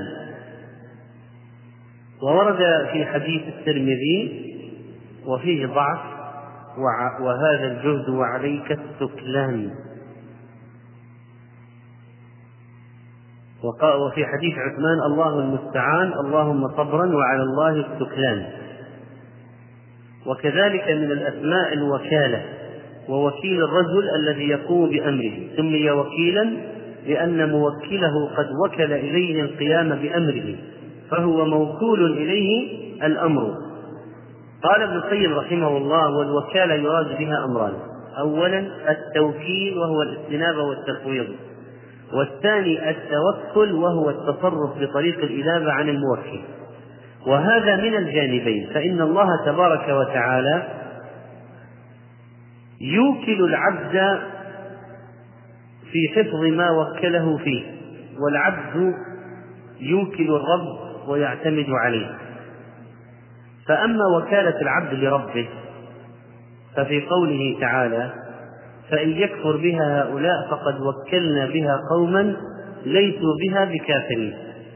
وورد في حديث الترمذي وفيه ضعف، وهذا الجهد وعليك التكلان. وفي حديث عثمان الله المستعان اللهم صبرا وعلى الله التكلان. وكذلك من الأسماء الوكالة، ووكيل الرجل الذي يقوم بأمره سمي وكيلا لأن موكله قد وكل إليه القيام بأمره، فهو موكول إليه الأمر. قال ابن القيم رحمه الله: والوكالة يراد بها أمران: أولا التوكيل وهو الاستنابة والتفويض، والثاني التوكل وهو التصرف بطريق الإنابة عن الموكل. وهذا من الجانبين، فإن الله تبارك وتعالى يوكل العبد في حفظ ما وكله فيه، والعبد يوكل الرب ويعتمد عليه. فأما وكالة العبد لربه ففي قوله تعالى: فإن يكفر بها هؤلاء فقد وكلنا بها قوما ليسوا بها بكافرين.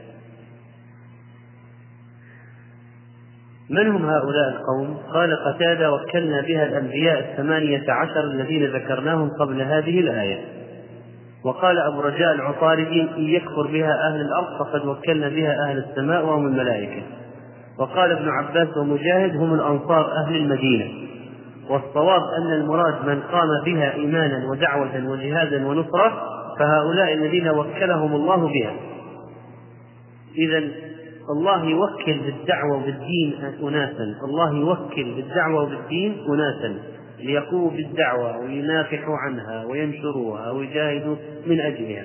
من هم هؤلاء القوم؟ قال قتادة: وكلنا بها الأنبياء 18 الذين ذكرناهم قبل هذه الآية. وقال أبو رجاء العطاردي: إن يكفر بها أهل الأرض فقد وكلنا بها أهل السماء وهم الملائكة. وقال ابن عباس ومجاهد: هم الأنصار أهل المدينة. والصواب أن المراد من قام بها إيمانا ودعوة وجهادا ونصرة، فهؤلاء الذين وكلهم الله بها. إذن الله يوكل بالدعوة وبالدين أناسا، الله يوكل بالدعوة وبالدين أناسا ليقوموا بالدعوة وينافحوا عنها وينشروها ويجاهدوا من أجلها.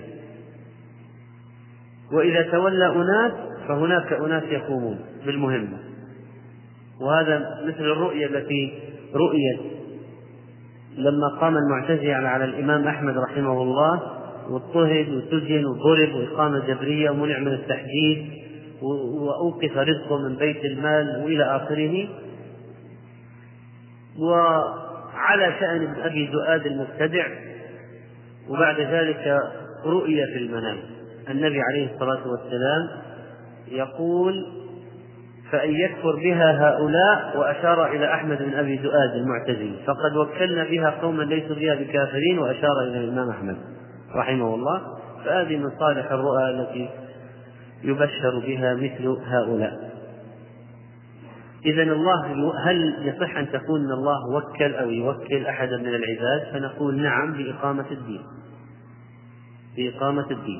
وإذا تولى أناس فهناك أناس يقومون بالمهمة. وهذا مثل الرؤية التي رؤيت لما قام المعتزلة على الإمام أحمد رحمه الله، واضطهد وسجن وضرب وإقامة جبرية ومنع من التحديث وأوقف رزقه من بيت المال وإلى آخره. وعلى شأن ابن أبي دؤاد المبتدع، وبعد ذلك رؤية في المنام النبي عليه الصلاة والسلام يقول: فإن يكفر بها هؤلاء، وأشار إلى أحمد بن أبي دؤاد المعتزلي، فقد وكلنا بها قوما ليسوا بها بكافرين، وأشار إلى الإمام أحمد رحمه الله. فهذه من صالح الرؤى التي يبشر بها مثل هؤلاء. إذن الله، هل يصح أن تكون أن الله وكل أو يوكل أحدا من العباد؟ فنقول نعم، بإقامة الدين، بإقامة الدين.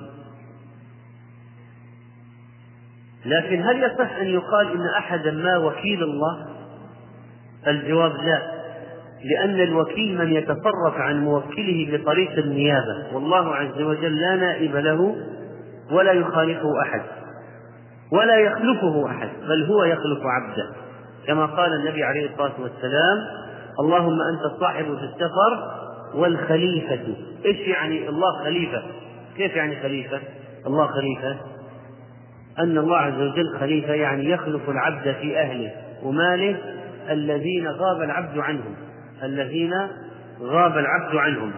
لكن هل يصح أن يقال إن أحدا ما وكيل الله؟ الجواب لا، لأن الوكيل من يتصرف عن موكله بطريق النيابة، والله عز وجل لا نائب له ولا يخالفه أحد ولا يخلفه أحد، بل هو يخلف عبده، كما قال النبي عليه الصلاة والسلام: اللهم أنت الصاحب في السفر والخليفة. إيش يعني الله خليفة؟ كيف يعني خليفة؟ الله خليفة أن الله عز وجل خليفة، يعني يخلف العبد في أهله وماله الذين غاب العبد عنهم.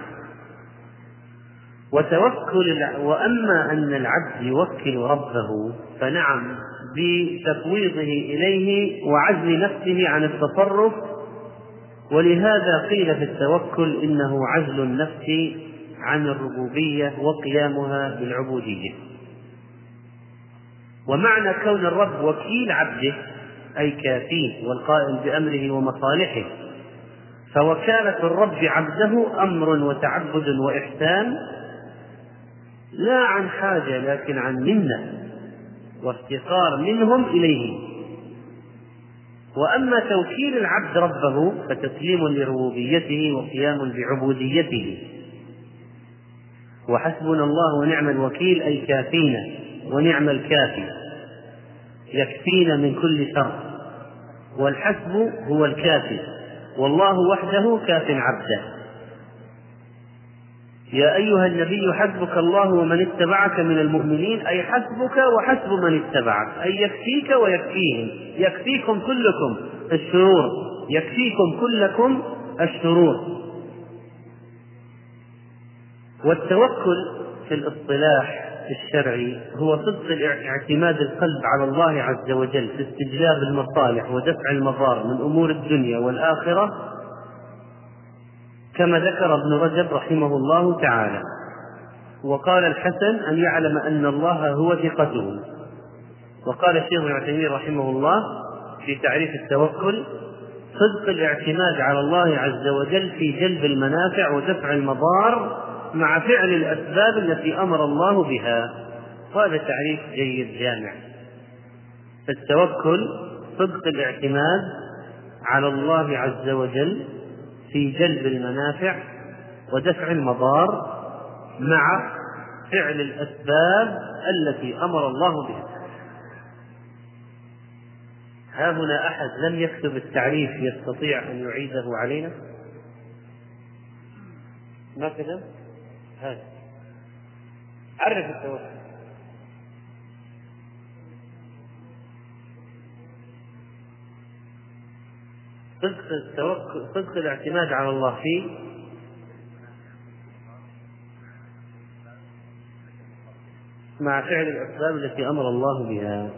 وأما أن العبد يوكل ربه فنعم، بتفويضه إليه وعزل نفسه عن التصرف. ولهذا قيل في التوكل إنه عزل النفس عن الربوبية وقيامها بالعبودية. ومعنى كون الرب وكيل عبده أي كافيه والقائم بأمره ومصالحه، فوكالة الرب عبده أمر وتعبد وإحسان، لا عن حاجة لكن عن منة وافتقار منهم إليه. وأما توكيل العبد ربه فتسليم لربوبيته وقيام بعبوديته. وحسبنا الله ونعم الوكيل أي كافينا ونعم الكافي، يكفينا من كل شر، والحسب هو الكافي، والله وحده كاف عبده. يا أيها النبي حسبك الله ومن اتبعك من المؤمنين، أي حسبك وحسب من اتبعك، أي يكفيك ويكفيهم، يكفيكم كلكم الشرور، يكفيكم كلكم الشرور. والتوكل في الاصطلاح الشرعي هو صدق اعتماد القلب على الله عز وجل في استجلاب المصالح ودفع المضار من أمور الدنيا والآخرة، كما ذكر ابن رجب رحمه الله تعالى. وقال الحسن: أن يعلم أن الله هو ثقته. وقال الشيخ ابن عثيمين رحمه الله في تعريف التوكل: صدق الاعتماد على الله عز وجل في جلب المنافع ودفع المضار مع فعل الأسباب التي أمر الله بها. وهذا تعريف جيد جامع. التوكل صدق الاعتماد على الله عز وجل في جلب المنافع ودفع المضار مع فعل الأسباب التي أمر الله بها. ها هنا أحد لم يكتب التعريف يستطيع أن يعيده علينا؟ ما كتب؟ هذا عرف التوكل. صدق الاعتماد على الله فيه مع فعل الأسباب التي أمر الله بها.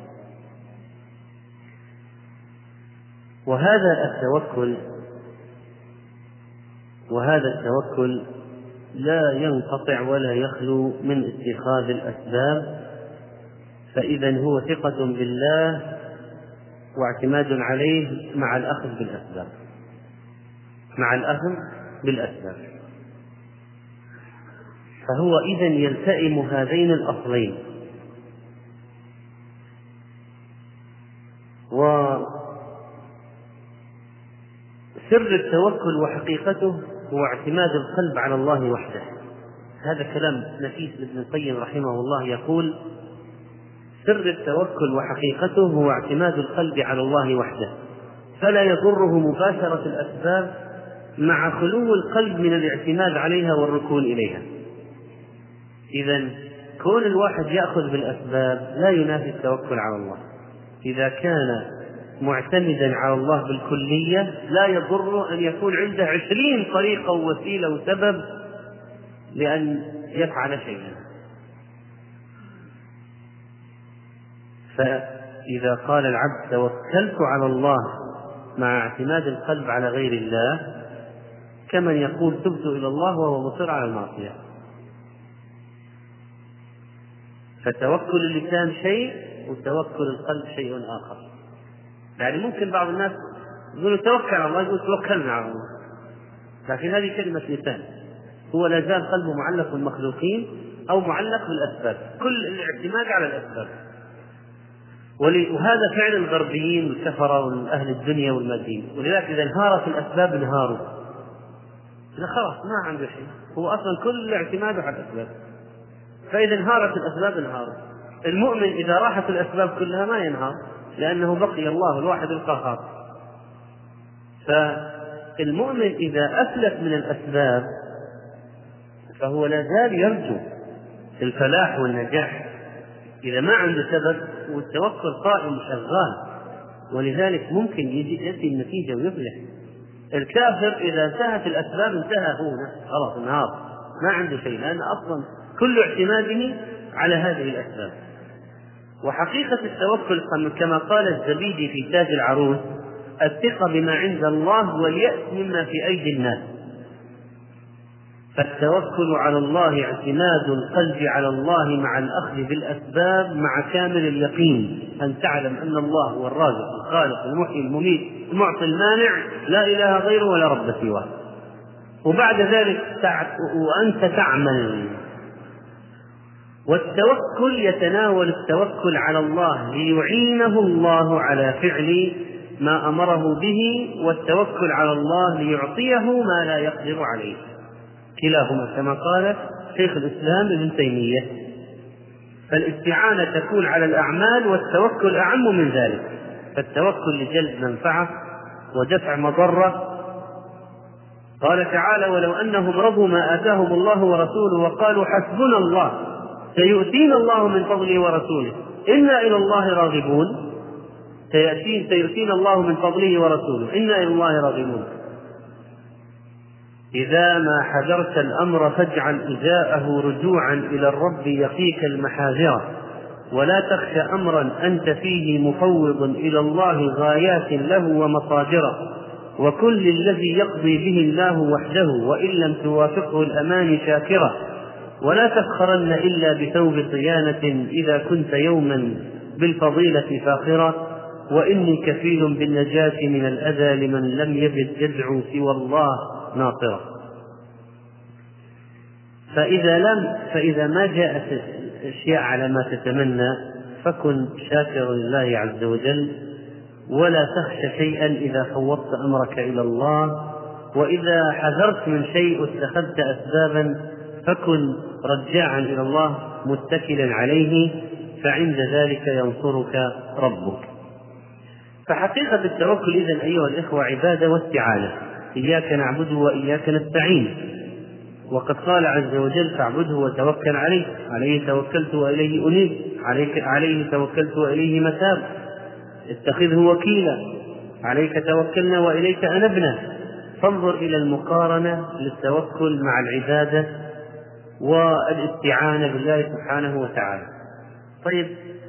وهذا التوكل لا ينقطع ولا يخلو من اتخاذ الأسباب، فإذا هو ثقة بالله واعتماد عليه مع الأخذ بالأسباب. فهو إذن يلتئم هذين الأصلين. سر التوكل وحقيقته هو اعتماد القلب على الله وحده. هذا كلام نفيس ابن القيم رحمه الله، يقول: سر التوكل وحقيقته هو اعتماد القلب على الله وحده، فلا يضره مباشرة الأسباب مع خلو القلب من الاعتماد عليها والركون إليها. إذن كون الواحد يأخذ بالأسباب لا ينافي التوكل على الله. إذا كان معتمدا على الله بالكلية لا يضر أن يكون عنده 20 طريقة ووسيلة وسبب لأن يفعل شيئا. فإذا قال العبد توكلت على الله مع اعتماد القلب على غير الله، كمن يقول تبت إلى الله وهو مصر على المعصية. فتوكل اللسان شيء وتوكل القلب شيء آخر. يعني ممكن بعض الناس يقولوا توكل على الله، يقول توكلنا على الله، لكن هذه كلمة لسان، هو لا زال قلبه معلق بالمخلوقين أو معلق بالأسباب، كل الاعتماد على الأسباب. وهذا فعل الغربيين والكفرة وأهل الدنيا والمادين. ولذلك إذا انهارت الأسباب انهاروا، خلاص ما عنده شيء، هو أصلا كل اعتماده على الأسباب. فإذا انهارت الأسباب انهاروا. المؤمن إذا راحت الأسباب كلها ما ينهار، لأنه بقي الله الواحد القهار. فالمؤمن إذا أفلت من الأسباب فهو لا زال يرجو الفلاح والنجاح، إذا ما عنده سبب والتوكل قائم شغال، ولذلك ممكن يأتي النتيجة ويفلح. الكافر إذا انتهت الأسباب انتهى هو خلاص انهار، ما عنده شيء، لأن أصلا كل اعتماده على هذه الأسباب. وحقيقة التوكل كما قال الزبيدي في تاج العروس: الثقة بما عند الله واليأس مما في أيدي الناس. فالتوكل على الله اعتماد القلب على الله مع الأخذ بالأسباب مع كامل اليقين أن تعلم أن الله هو الرازق الخالق المحيي المميت المعطي المانع، لا إله غيره ولا رب سواه. وبعد ذلك وأنت تعمل. والتوكل يتناول التوكل على الله ليعينه الله على فعل ما أمره به، والتوكل على الله ليعطيه ما لا يقدر عليه، كلاهما كما قال شيخ الإسلام ابن تيمية. فالاستعانة تكون على الأعمال، والتوكل أعم من ذلك. فالتوكل لجلب منفعة ودفع مضرة. قال تعالى: ولو أنهم رضوا ما آتاهم الله ورسوله وقالوا حسبنا الله سيؤتينا الله من فضله ورسوله إنا إلى الله راغبون. سيؤتينا الله من فضله ورسوله إنا إلى الله راغبون. إذا ما حذرت الأمر فاجعل إزاءه رجوعا إلى الرب يقيك المحاذرة، ولا تخشى أمرا أنت فيه مفوض إلى الله غايات له ومصادره، وكل الذي يقضي به الله وحده وإن لم توافقه الأمان شاكرة، ولا تفخرن إلا بثوب صيانة إذا كنت يوما بالفضيلة فاخرة، وإني كفيل بالنجاة من الأذى لمن لم يجد يدعو سوى الله ناصرة. فإذا ما جاءت الأشياء على ما تتمنى فكن شاكرا لله عز وجل، ولا تخشى شيئا إذا فوضت أمرك إلى الله. وإذا حذرت من شيء واتخذت أسبابا فكن رجاعا إلى الله متكلا عليه، فعند ذلك ينصرك ربك. فحقيقة التوكل إذن أيها الإخوة عبادة واستعانة، إياك نعبد وإياك نستعين. وقد قال عز وجل: فاعبده وتوكل عليه، عليه توكلت وإليه أنيب، عليه توكلت وإليه متاب، اتخذه وكيلا، عليك توكلنا وإليك أنبنا. فانظر إلى المقارنة للتوكل مع العبادة والاستعانة بالله سبحانه وتعالى. طيب،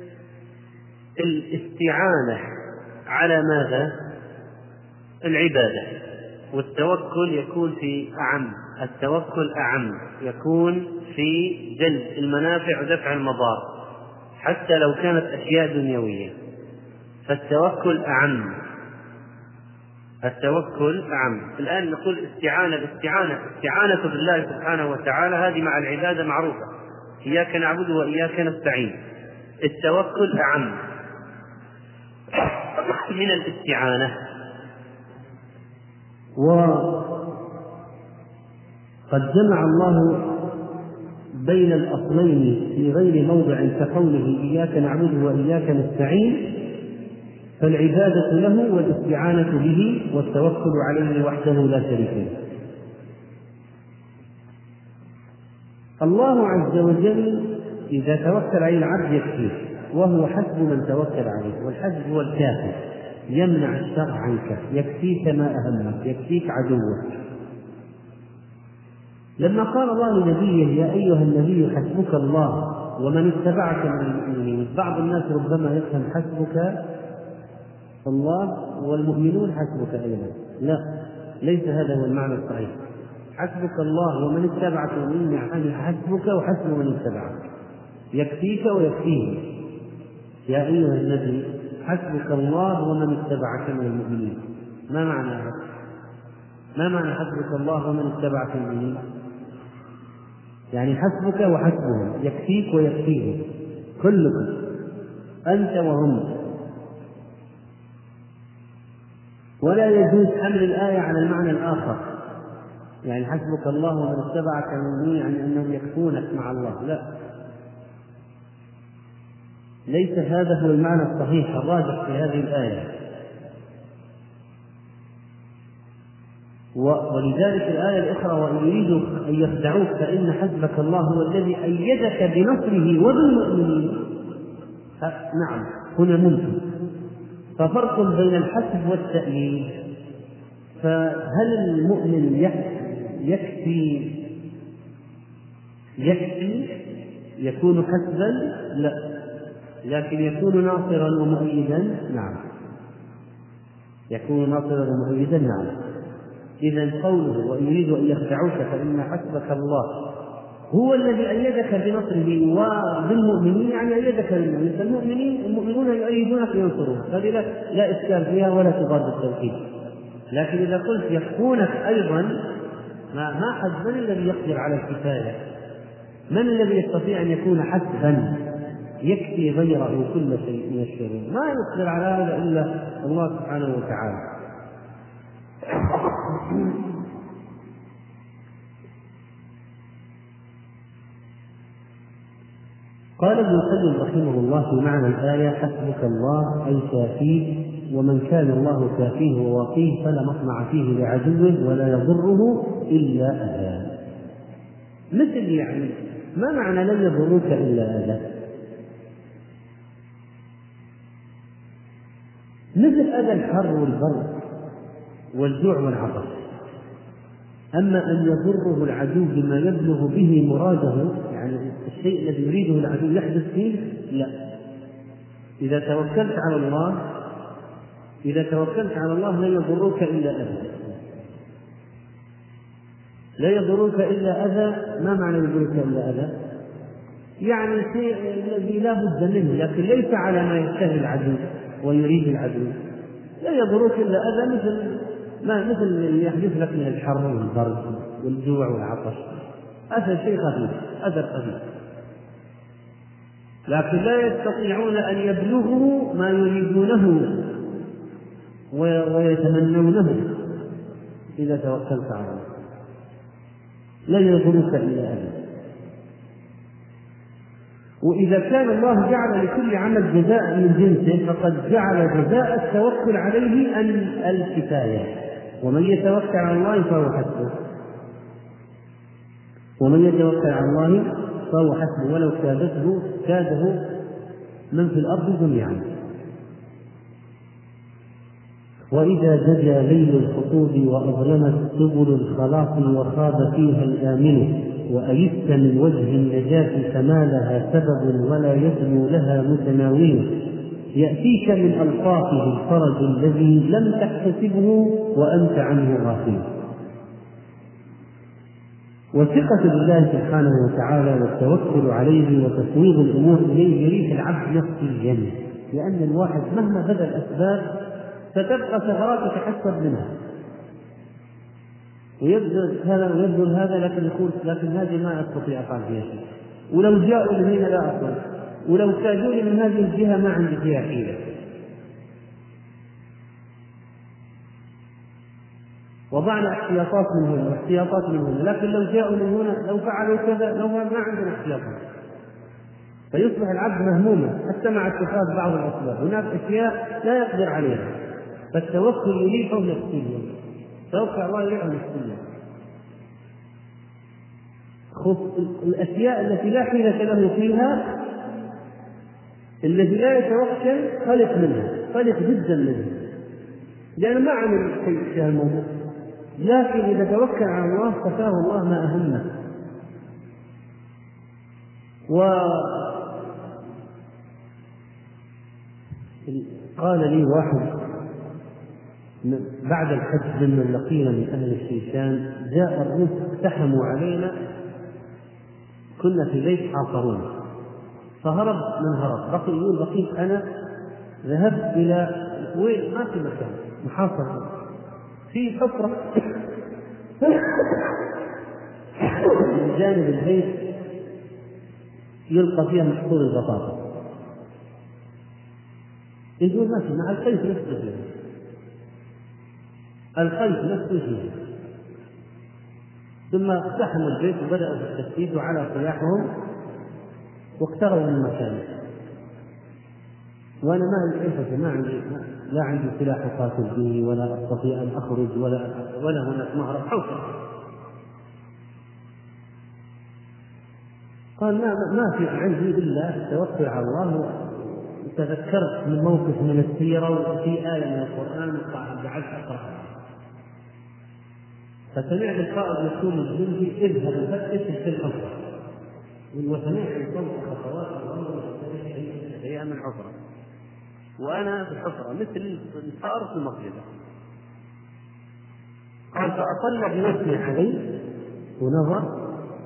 الاستعانة على ماذا؟ العبادة. والتوكل يكون في أعم، التوكل أعم، يكون في جلب المنافع ودفع المضار حتى لو كانت أشياء دنيوية. فالتوكل أعم، التوكل أعم. الآن نقول الاستعانة بالله سبحانه وتعالى هذه مع العبادة معروفة، إياك نعبد وإياك نستعين. التوكل أعم من الاستعانة. وقد جمع الله بين الأصلين في غير موضع كقوله إياك نعبد وإياك نستعين، فالعبادة له والاستعانة به والتوكل عليه وحده لا شريك له. الله عز وجل إذا توكل عليه العبد يكفيه، وهو حسب من توكل عليه، والحسب هو الكافي، يمنع الشر عنك، يكفيك ما أهمك، يكفيك عدوك. لما قال الله لنبيه يا أيها النبي حسبك الله ومن اتبعك من المؤمنين، بعض الناس ربما يفهم حسبك الله والمؤمنون حسبك أيضا، لا، ليس هذا هو المعنى الصحيح. حسبك الله ومن اتبعك من المؤمنين يعني حسبك وحسب من اتبعك، يكفيك ويكفيه. يا أيها النبي حسبك الله ومن اتبعك من المؤمنين. ما معنى هذا؟ ما معنى حسبك الله ومن اتبعك من المؤمنين؟ يعني حسبك وحسبهم، يكفيك ويكفيهم، كلكم أنت وهم. ولا يجوز حمل الآية على المعنى الآخر، يعني حسبك الله ومن اتبعك من المؤمنين يعني أنهم يكفونك مع الله، لا، ليس هذا هو المعنى الصحيح الراجح في هذه الآية. ولذلك الآية الأخرى وإن يريدوا أن يخدعوك فإن حسبك الله هو الذي أيدك بنصره وبالمؤمنين. نعم، هنا ممكن. ففرق بين الحسب والتأييد. فهل المؤمن يكفي يكون حسبا؟ لا، لكن يكون ناصرا ومؤيدا. نعم، يكون ناصرا ومؤيدا. نعم. إذن قوله وإن يريدوا أن يخدعوك فإن حسبك الله هو الذي أيدك بنصره وبالمؤمنين، يعني أيدك بالمؤمنين. المؤمنون يؤيدونك وينصرون، هذه لا إشكال فيها ولا تضاد التوحيد. لكن إذا قلت يكفونك أيضا، ما حد من الذي يقدر على الكفاية؟ من الذي يستطيع أن يكون حسبا يكفي غيره كل شيء من الشرور؟ ما يقدر على هذا إلا الله سبحانه وتعالى. قال ابن القيم رحمه الله في معنى الآية حسبك الله أي كافيه، ومن كان الله كافيه وواقيه فلا مطمع فيه لعدوه ولا يضره إلا أذى. مثل يعني ما معنى لن يضروك إلا أذى؟ مثل أذى الحر والبرد والجوع والعطش. أما أن يضره العدو بما يبلغ به مراده، يعني الشيء الذي يريده العدو يحدث فيه، لا. إذا توكلت على الله لا يضروك إلا أذى. لا يضروك إلا أذى. ما معنى يضروك إلا أذى؟ يعني الشيء الذي لا بد منه، لكن ليس على ما يشتهي العدو ويريد العدو. لا يضروك إلا أذى، مثل اللي يحدث لك من الحر والبرد والجوع والعطش. هذا شيء خفيف، أذى خفيف، لكن لا يستطيعون أن يبلغوا ما يريدونه ويتمنونه. إذا توكلت على الله لا يضرك إلا أذى. وإذا كان الله جعل لكل عمل جزاء من جنسه، فقد جعل جزاء التوكل عليه الكفاية. ومن يتوكل على الله فهو حسبه، ومن يتوكل على الله فهو حسبه ولو كاده من في الأرض جميعا. وإذا دجى ليل الخطوب وأظلمت سبل الخلاص وخاب فيها الآمن، وأيست من وجه النجاة فما لها سبب ولا يدنو لها متناول، يأتيك من ألطافه الفرج الذي لم تحتسبه وأنت عنه غافل. والثقة بالله سبحانه وتعالى والتوكل عليه وتفويض الأمور إليه يريح العبد نفسيا، لأن الواحد مهما بذل الأسباب ستبقى ثغرات تتحسب منها، ويبذل هذا ويبذل هذا، لكن يقول لكن هذه ما أستطيع أفعل فيها شيء، ولو جاءوا من هنا لا أقول، ولو كادوني من هذه الجهة ما عندي فيها حيلة. وضعنا احتياطات من هنا واحتياطات من هنا، لكن لو جاءوا من هنا لو فعلوا كذا لو ما عندنا احتياطات، فيصبح العبد مهموما حتى مع اتخاذ بعض الاسباب. هناك اشياء لا يقدر عليها، فالتوكل يريحه نفسيا، توكل الله يريحه نفسيا. الاشياء التي لا حيلة له فيها، الذي لا يتوكل قلق منها، قلق جدا منها، لأنه ما عمل شيء في الموضوع. لكن إذا توكل على الله كفاه الله ما أهمه. وقال لي واحد بعد الحج ممن لقينا من أهل الشيشان، جاء الروس اقتحموا علينا، كنا في بيت حاصرونا، فهرب من هرب، بقيت أنا ذهبت إلى وين ما في مكان محاصر في حفرة من جانب البيت يلقى فيها محصول البطاطا، يقول ماشي مع الخيط نفسه فيها، الخيط نفسه فيها. ثم اقتحموا البيت وبدأوا في التفتيش على سلاحهم واقتربوا من مكانه، وأنا ما عندي لا عندي سلاح أقاتل به ولا أستطيع أن أخرج ولا هناك مهرب حوصل. قال ما في عندي إلا التوكل على الله. وتذكرت من موقف من السيرة وفي آية من القرآن جعلت أقرأها، فسمعت القائد يقول للجندي اذهب فتش في الحفرة، وسمعت صوت خطوات الأمر هي من الحفرة وأنا في الحفرة مثل الفار في المصيدة. قال فأطلع بنفسي عليه ونظر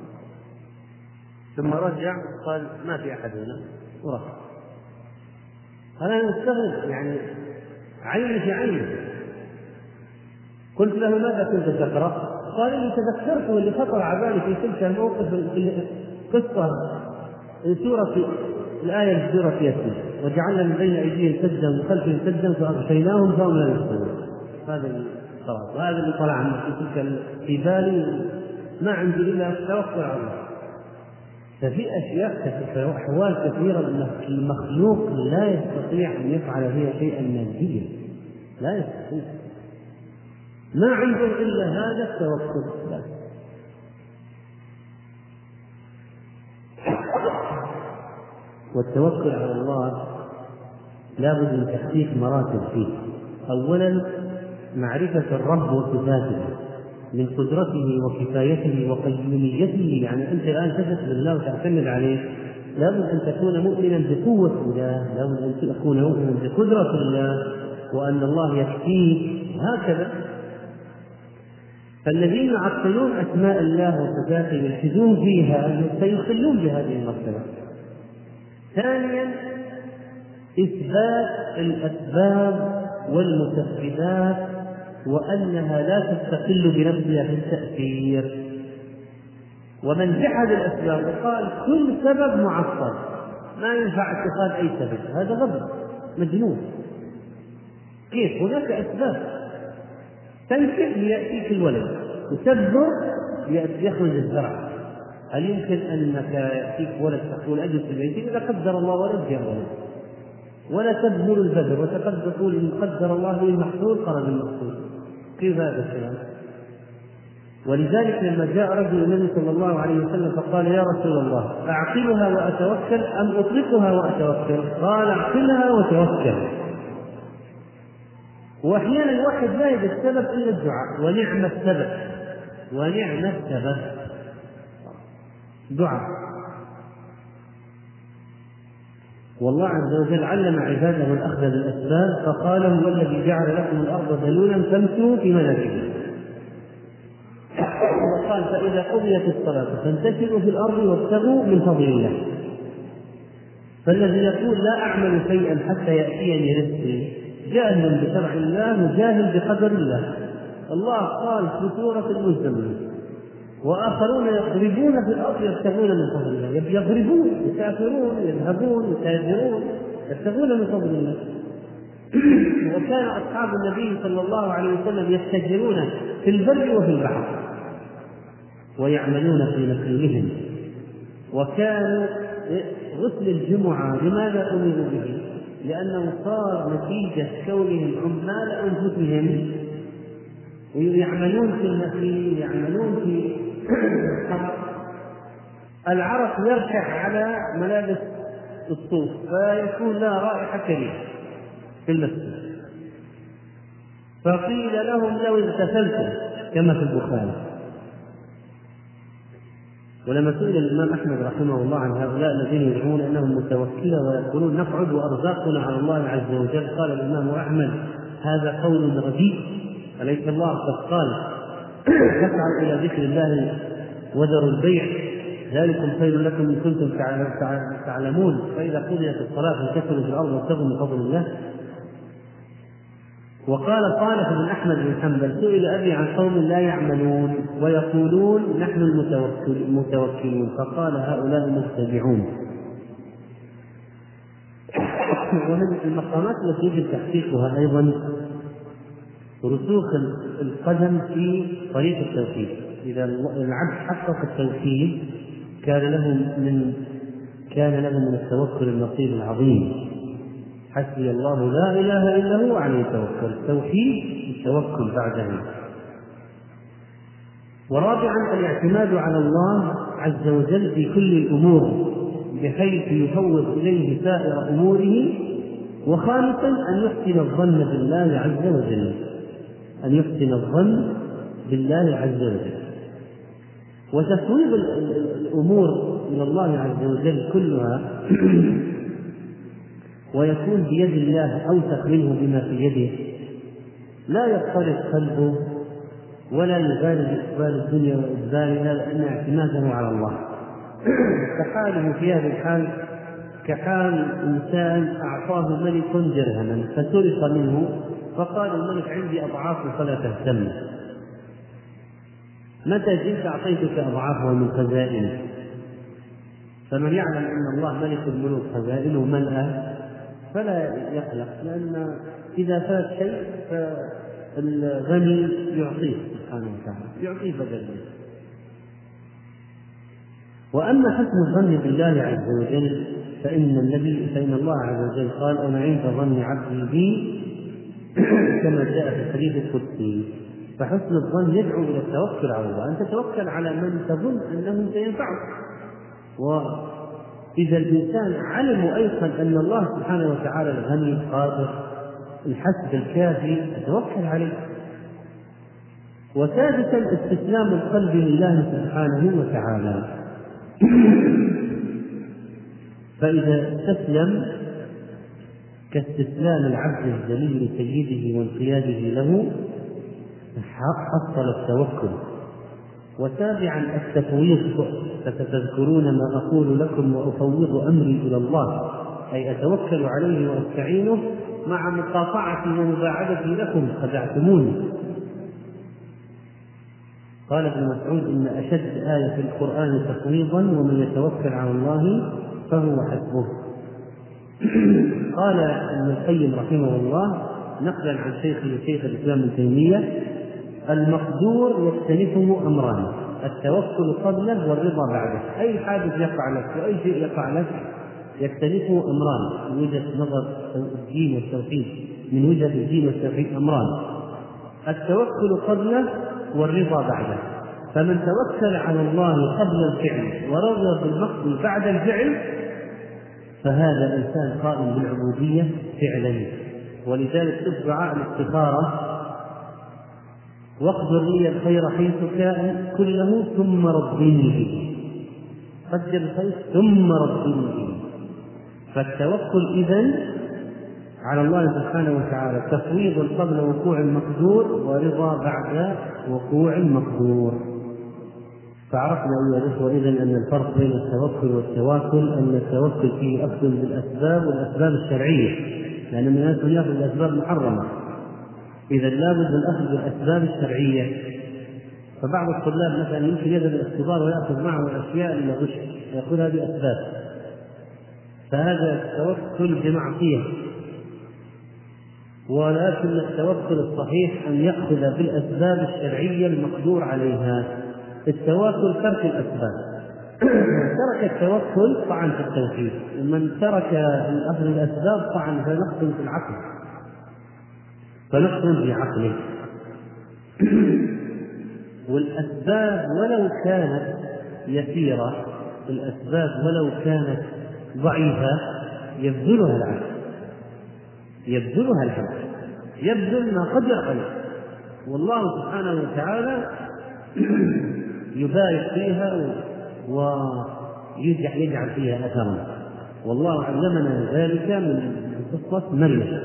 ثم رجع قال ما في أحد هنا ورجع. أنا مستغرب يعني عيني في عيني. قلت له ماذا كنت تقرأ؟ قال إني تذكرت واللي خطر على بالي في تلك الموقف قصة سورة الآية في سورة ياسين، وجعلنا من بين أيديهم سدا ومن خلفهم سدا فأغشيناهم فهم لا يبصرون. هذا القرار وهذا اللي طلع عنه في تلك في بالي، ما عندي إلا التوكل على الله. ففي أشياء أحوال كثيرة المخلوق لا يستطيع أن يفعل فيها شيئا ماديا، لا يستطيع، ما عنده إلا هذا التوكل بس. والتوكل على الله لا بد من تحقيق مراتب فيه. أولا معرفة الرب وصفاته من قدرته وكفايته وقيوميته، يعني أنت الآن تثق بالله وتعتمد عليه، لا بد أن تكون مؤمنا بقوة الله، لا بد أن تكون مؤمنا بقدرة الله وأن الله يكفيك، هكذا. فالذين يعطلون أسماء الله وصفاته يلحدون فيها سيخلون بهذه المرتبة. ثانيا إثبات الأسباب والمسببات وأنها لا تستقل بنفسها في التأثير. ومن جحد الأسباب وقال كل سبب معطل ما ينفع اتخاذ أي سبب، هذا غبي مجنون. كيف؟ هناك أسباب تنكح ليأتيك الولد، وتدبر يخرج الزرع. هل يمكن أنك يأتيك ولد تقول أجل في البيت إذا قدر الله ولد جاء ولد، ولا تبذل البذر وتقول إن قدر الله لي المحصول خرج المحصول؟ كيف هذا الكلام؟ ولذلك لما جاء رجل النبي صلى الله عليه وسلم فقال يا رسول الله أعقلها وأتوكل أم أطلقها وأتوكل؟ قال أعقلها وتوكل. وأحيانا الواحد لا يجد السبب إلا الدعاء، ونعم السبب ونعم السبب دعاء. والله عز وجل علم عباده الأخذ بالأسباب، فقال هو الذي جعل لكم الأرض ذلولا فامشوا في مناكبها، وقال فإذا قضيت الصلاة فانتشروا في الأرض وابتغوا من فضل الله. فالذي يقول لا أعمل شيئا حتى يأتيني رزقي جاهل بشرع الله وجاهل بقدر الله. الله قال في سورة المزمل وآخرون يضربون في الأرض يبتغون من فضل الله، يضربون يسافرون يذهبون يتاجرون يبتغون من فضل الله. وكان أصحاب النبي صلى الله عليه وسلم يتجرون في البر وفي البحر ويعملون في نخيلهم. وكانوا غسل الجمعة لماذا أمروا به؟ لأنه صار نتيجة كونهم عمال أنفسهم ويعملون في النخيل، يعملون في العرق يرشح على ملابس الصوف فيكون لها رائحة كريهة في المسجد. فقيل لهم لو اغتسلتم كما في البخاري. ولما سئل الإمام أحمد رحمه الله عن هؤلاء الذين يدعون أنهم متوكلة ويقولون نقعد وأرزاقنا على الله عز وجل، قال الإمام أحمد هذا قول رديء، أليس الله قد قال تسعوا إلى ذكر الله وذروا البيع ذلكم خير لكم إن كنتم تعلمون، فإذا قضيت الصلاة فانتشروا في الأرض وابتغوا من فضل الله. وقال صالح بن أحمد بن حنبل سئل أبي عن قوم لا يعملون ويقولون نحن المتوكلون، فقال هؤلاء مبتدعون. ومن المقامات التي يجب تحقيقها أيضا رسوخ القدم في طريق التوحيد. إذا العبد حقق التوحيد كان له من التوكل النصيب العظيم. حسبي الله لا إله إلا هو عليه توكل، التوحيد التوكل بعده. ورابعا الاعتماد على الله عز وجل في كل الأمور بحيث يفوض إليه سائر أموره. وخامسا أن يحسن الظن بالله عز وجل، أن يحسن الظن بالله عز وجل. وتفويض الأمور إلى الله عز وجل كلها ويكون بيد الله أوثق منه بما في يده، لا يضطرب قلبه ولا يبالي بإقبال الدنيا وإقبالها، لأن اعتماده على الله. فحاله في هذا الحال كحال إنسان أعطاه ملك درهما فسرق منه فقال الملك عندي أضعاف فلا تهتم. متى جئت أعطيتك أضعافها من خزائنه. فمن يعلم أن الله ملك الملوك خزائنه ملأى فلا يقلق، لأن إذا فات شيء فالغني يعطيه سبحانه وتعالى، يعطيه بدل منه. وأما حسن الظن بالله عز وجل فإن الله عز وجل قال أنا عند ظن عبدي بي كما جاء في الحديث القدسي. فحسن الظن يدعو إلى التوكل على الله، أن تتوكل على من تظن أنه سينفعك. وإذا الإنسان علم أيضا أن الله سبحانه وتعالى الغني القادر الحسب الكافي يتوكل عليه. وسادسا استسلام القلب لله سبحانه وتعالى. فإذا استسلم كاستسلام العبد الذليل لسيده وانقياده له حصل التوكل. وسابعا التفويض، فستذكرون ما أقول لكم وأفوض أمري إلى الله، أي أتوكل عليه وأستعينه مع مقاطعتي ومباعدتي لكم خدعتموني. قال ابن مسعود إن أشد آية في القرآن تفويضا ومن يتوكل على الله فهو حسبه. قال ابن القيم رحمه الله نقلا عن شيخ الإسلام ابن تيمية المقدور يختلفه أمران، التوكل قبله والرضا بعده. أي حادث يقع لك وأي شيء يقع لك يختلفه أمران من وجهة نظر الدين والتوحيد، من وجهة الدين والتوحيد أمران، التوكل قبله والرضا بعده. فمن توكل على الله قبل الفعل ورضى بالمقصود بعد الفعل فهذا الإنسان قائم بالعبودية فعلا. ولذلك الدعاء الاستخارة واقدر لي الخير حيث كان كله ثم ردني به، قدر الخير ثم ردني به. فالتوكل إذن على الله سبحانه وتعالى تفويض قبل وقوع المقدور ورضا بعد وقوع المقدور. فعرفنا أيها الأخوة إذن أن الفرق بين التوكل والتواكل أن التوكل فيه أخذ بالأسباب والأسباب الشرعية، لأن من الناس يأخذ الأسباب المحرمة، إذا لابد من الأخذ بالأسباب الشرعية. فبعض الطلاب مثلا يمكن يذهب الاختبار ويأخذ معه الأشياء اللي غش يأخذها بأسباب، فهذا التوكل بمعصية. ولكن التوكل الصحيح أن يأخذ بالأسباب الشرعية المقدور عليها. التوكل ترك الأسباب. ترك التوكل طعن في التوحيد، ومن ترك أخذ الأسباب طعن فنقص في العقل، فنقص في عقله. والأسباب ولو كانت يسيرة، الأسباب ولو كانت ضعيفة يبذلها العبد، يبذل ما قدر عليه، والله سبحانه وتعالى يبارك فيها ويجعل فيها أثرا. والله علمنا ذلك من قصة مريم: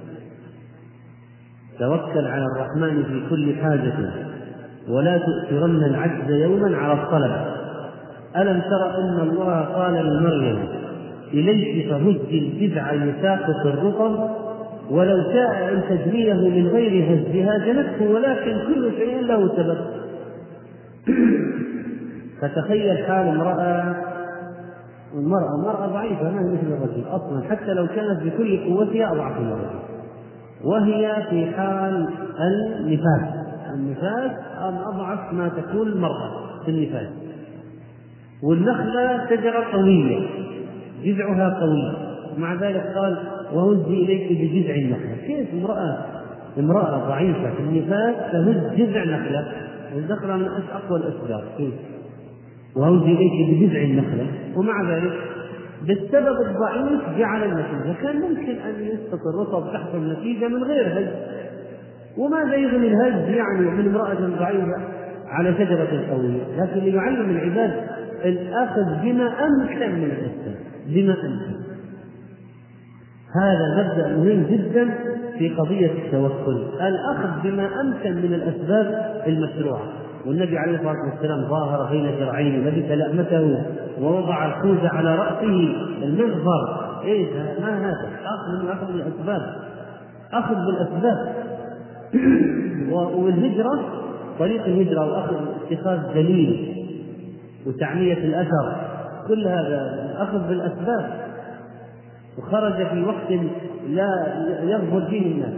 توكل على الرحمن في كل حاجة ولا تؤثرن العجز يوما على الطلب. ألم تر أن الله قال لمريم: إليك فهزي الجذع يساقط الرطب ولو شاء أن تجريه من غير هزها جنته ولكن كل شيء له سبب. فتخيل حال المرأة ضعيفة ما هي مثل الرجل أصلا، حتى لو كانت بكل قوتها أضعف من الرجل، وهي في حال النفاس أضعف ما تكون المرأة في النفاس. والنخلة شجرة قوية جذعها قوي، مع ذلك قال: وهزي إليك بجذع النخلة. كيف امرأة ضعيفة في النفاس تهز جذع نخلة؟ النخلة من أقوى الأشجار، كيف؟ وهزي إليك بجذع النخلة، ومع ذلك بالسبب الضعيف جعل النتيجة. كان ممكن أن يسقط الرطب تحت النتيجة من غير هز، وماذا يغني الهز يعني من امرأة ضعيفة على شجرة قوية؟ لكن ليعلم العباد الأخذ بما أمكن من الأسباب، بما أمكن. هذا مبدأ مهم جدا في قضية التوكل، الأخذ بما أمكن من الأسباب المشروعة. والنبي عليه الصلاة والسلام ظاهر بين ذراعين، لبس لأمته ووضع الخوذ على رأسه المغفر. إيه ما هذا؟ أخذ بالأسباب، أخذ بالأسباب. والهجرة، طريق الهجرة وأخذ اتخاذ دليل وتعمية الأثر، كل هذا أخذ بالأسباب. وخرج في وقت لا يغفل فيه الناس،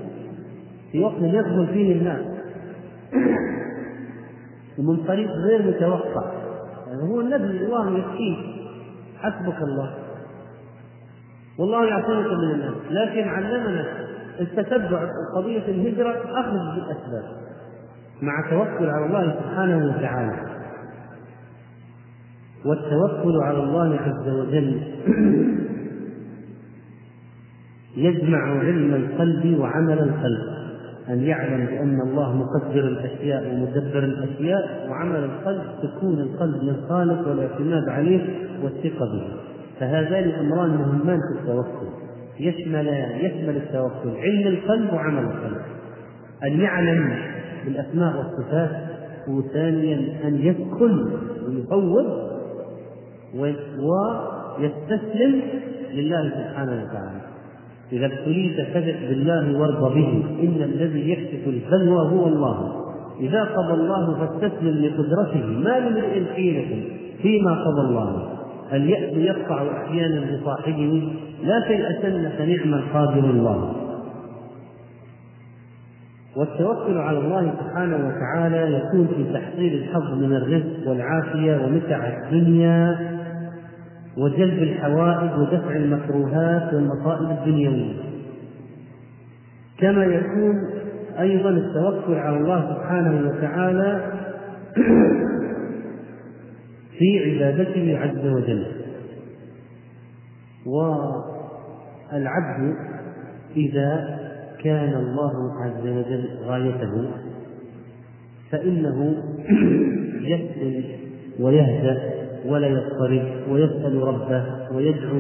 ومن طريق غير متوقع. يعني هو النبي الله يكفيه، حسبك الله والله يعصمك من الناس. لكن علمنا التتبع قضية الهجرة، أخذ بالأسباب مع توكل على الله سبحانه وتعالى. والتوكل على الله عز وجل يجمع علم القلب وعمل القلب، أن يعلم بأن الله مقدر الأشياء ومدبر الأشياء، وعمل القلب تكون القلب للخالق والاعتماد عليه والثقة به. فهذان أمران مهمان في التوكل، يشمل التوكل علم القلب وعمل القلب، أن يعلم بالأسماء والصفات، وثانيا أن يدخل ويفوض ويستسلم لله سبحانه وتعالى. إذا ابتليت فثق بالله وارض به، إن الذي يكشف البلوى هو الله. إذا قضى الله فاستسلم لقدرته، ما لامرئ حيلة فيما قضى الله. اليأس يقطع أحيانا بصاحبه، لا تيأسن فنعم القادر الله. والتوكل على الله سبحانه وتعالى يكون في تحصيل الحظ من الرزق والعافية ومتع الدنيا وجلب الحوائج ودفع المكروهات والمصائب الدنيوية. كما يكون أيضا التوكل على الله سبحانه وتعالى في عبادته عز وجل. والعبد إذا كان الله عز وجل غايته فإنه يسأل ويهدأ ولا يضطرب، ويسأل ربه ويدعو.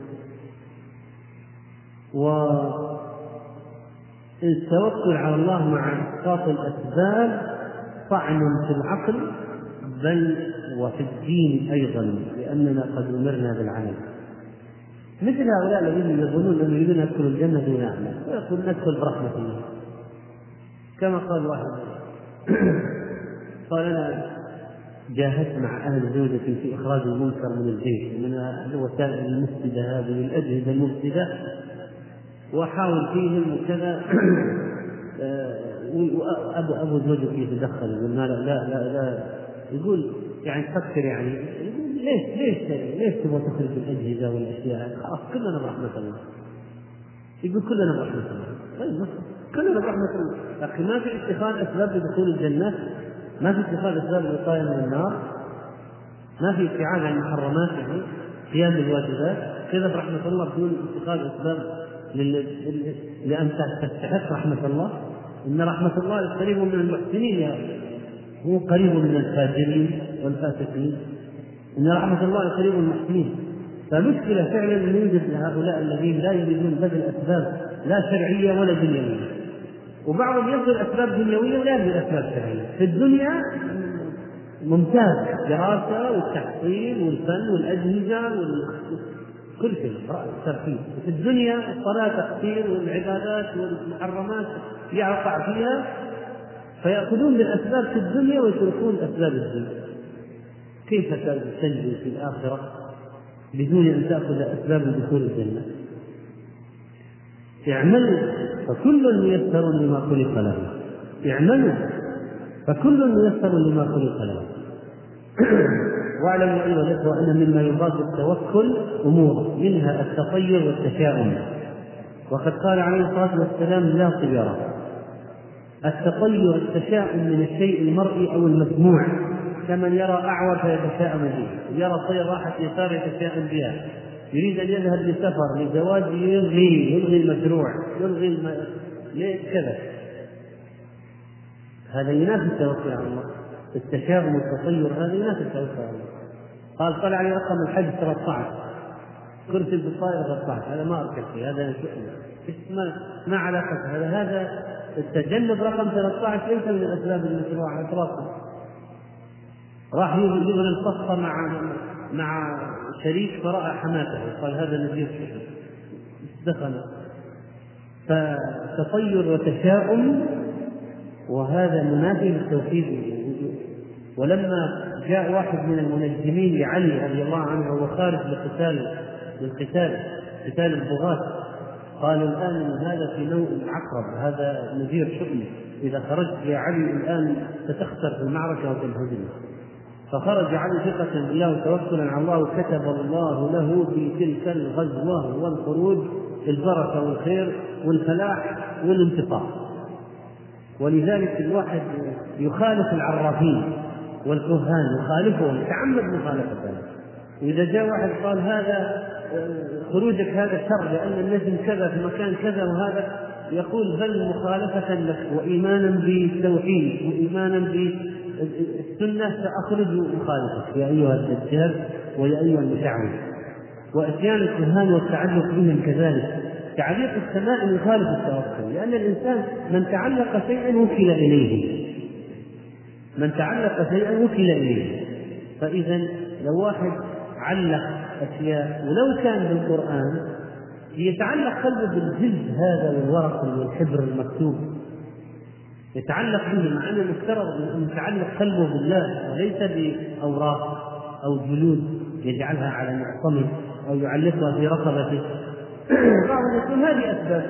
والتوكل على الله مع إسقاط الأسباب طعن في العقل بل وفي الدين أيضا، لأننا قد أمرنا بالعمل. مثل هؤلاء الذين يظنون أنهم يريدون أن يدخلوا الجنة دون أعمال، ويقول ندخل برحمة الله. كما قال واحد قال: أنا جاهدت مع أهل زوجتي في إخراج المنكر من البيت من الوسائل المفسدة هذه، الأجهزة المفسدة، وأحاول فيهم وكذا. أبو زوجك يتدخل يقول لا لا لا لا، يقول يعني تفكر يعني ليش تبغى تخرج الأجهزة والأشياء؟ خلاص كلنا برحمة الله. يقول كلنا برحمة الله. طيب كلنا برحمة الله، لكن ما في اتخاذ أسباب لدخول الجنة، ما في اتخاذ أسباب للوقاية من النار، ما في ابتعاد عن المحرمات، يعني قيام بالواجبات كذا برحمة الله بدون اتخاذ أسباب لأن تستحق رحمة الله. إن رحمة الله قريب من المحسنين، يعني هو قريب من الفاجرين والفاسقين. إن رحمة الله قريب من المحسنين. فمشكلة فعلا أن يوجد هؤلاء الذين لا يريدون بذل أسباب لا شرعية ولا دنيوية، وبعضهم يبذل أسباب دنيوية ولا يبذل أسباب شرعية. في الدنيا ممتاز، دراسة والتحصيل والفن والأجهزة وكل شيء ترفيه. في الدنيا الصلاة تقصير والعبادات والمحرمات يقع فيها، فيأخذون بالأسباب في الدنيا ويتركون أسباب الدين. كيف تنجو في الآخرة بدون أن تأخذ أسباب دخول الجنة؟ اعملوا فكل ميسر لما خلق له، اعملوا فكل ميسر لما خلق له. واعلموا أيها الإخوة أن مما يضاد التوكل أمور، منها التطير والتشاؤم، وقد قال عليه الصلاة والسلام لا طيرة. التطير التشاؤم من الشيء المرئي أو المسموع، كمن يرى أعور فيتشاءم به، يرى طير راحت يسار يتشاءم بها، يريد أن يذهب لسفر لزواج يلغي المشروع، كذا. هذا ينافي التوكل على الله. التشاؤم والتطير هذا ينافي التوكل على الله. قال طلع لي رقم الحج 13، كرسي بالطائرة 13، هذا ما أركب فيه، هذا ما علاقة هذا التجنب رقم 13 ليس من الأسباب المشروعة إطلاقا. راح يبني القصة مع شريك فرأى حماته، قال هذا نذير دخل. فتطير وتشاؤم، وهذا منافي للتوحيد. ولما جاء واحد من المنجمين لعلي رضي الله عنه وهو خارج لقتال البغاة، قال الآن هذا في نوع عقرب، هذا نذير شؤم، إذا خرجت يا علي الآن ستخسر في المعركة وتنهزم. فخرج علي ثقة بالله وتوكلا على الله، وكتب الله له في تلك الغزوة والخروج البركة والخير والفلاح والانتصار. ولذلك الواحد يخالف العرافين والكهان، يخالفهم، يتعمد مخالفتهم. وإذا جاء واحد قال هذا خروجك هذا شر لأن النجم كذا في مكان كذا، وهذا يقول بل مخالفة لك وإيمانا بالتوحيد وإيمانا بالسنة سأخرج مخالفك يا أيها الدجال ويا أيها المشعوذ. وإتيان الكهان والتعلق بهم كذلك. تعليق السماء يخالف التوكل، لأن الإنسان من تعلق شيئا وكل إليه، من تعلق شيئا وكل إليه. فإذا لو واحد علق أشياء ولو كان بالقرآن يتعلق قلبه بالجلد هذا والورق والحبر المكتوب، يتعلق به، مع أن المفترض أن يتعلق قلبه بالله وليس بأوراق أو جلود يجعلها على معصمه أو يعلقها في رقبته. بعضهم يقول هذه أسباب،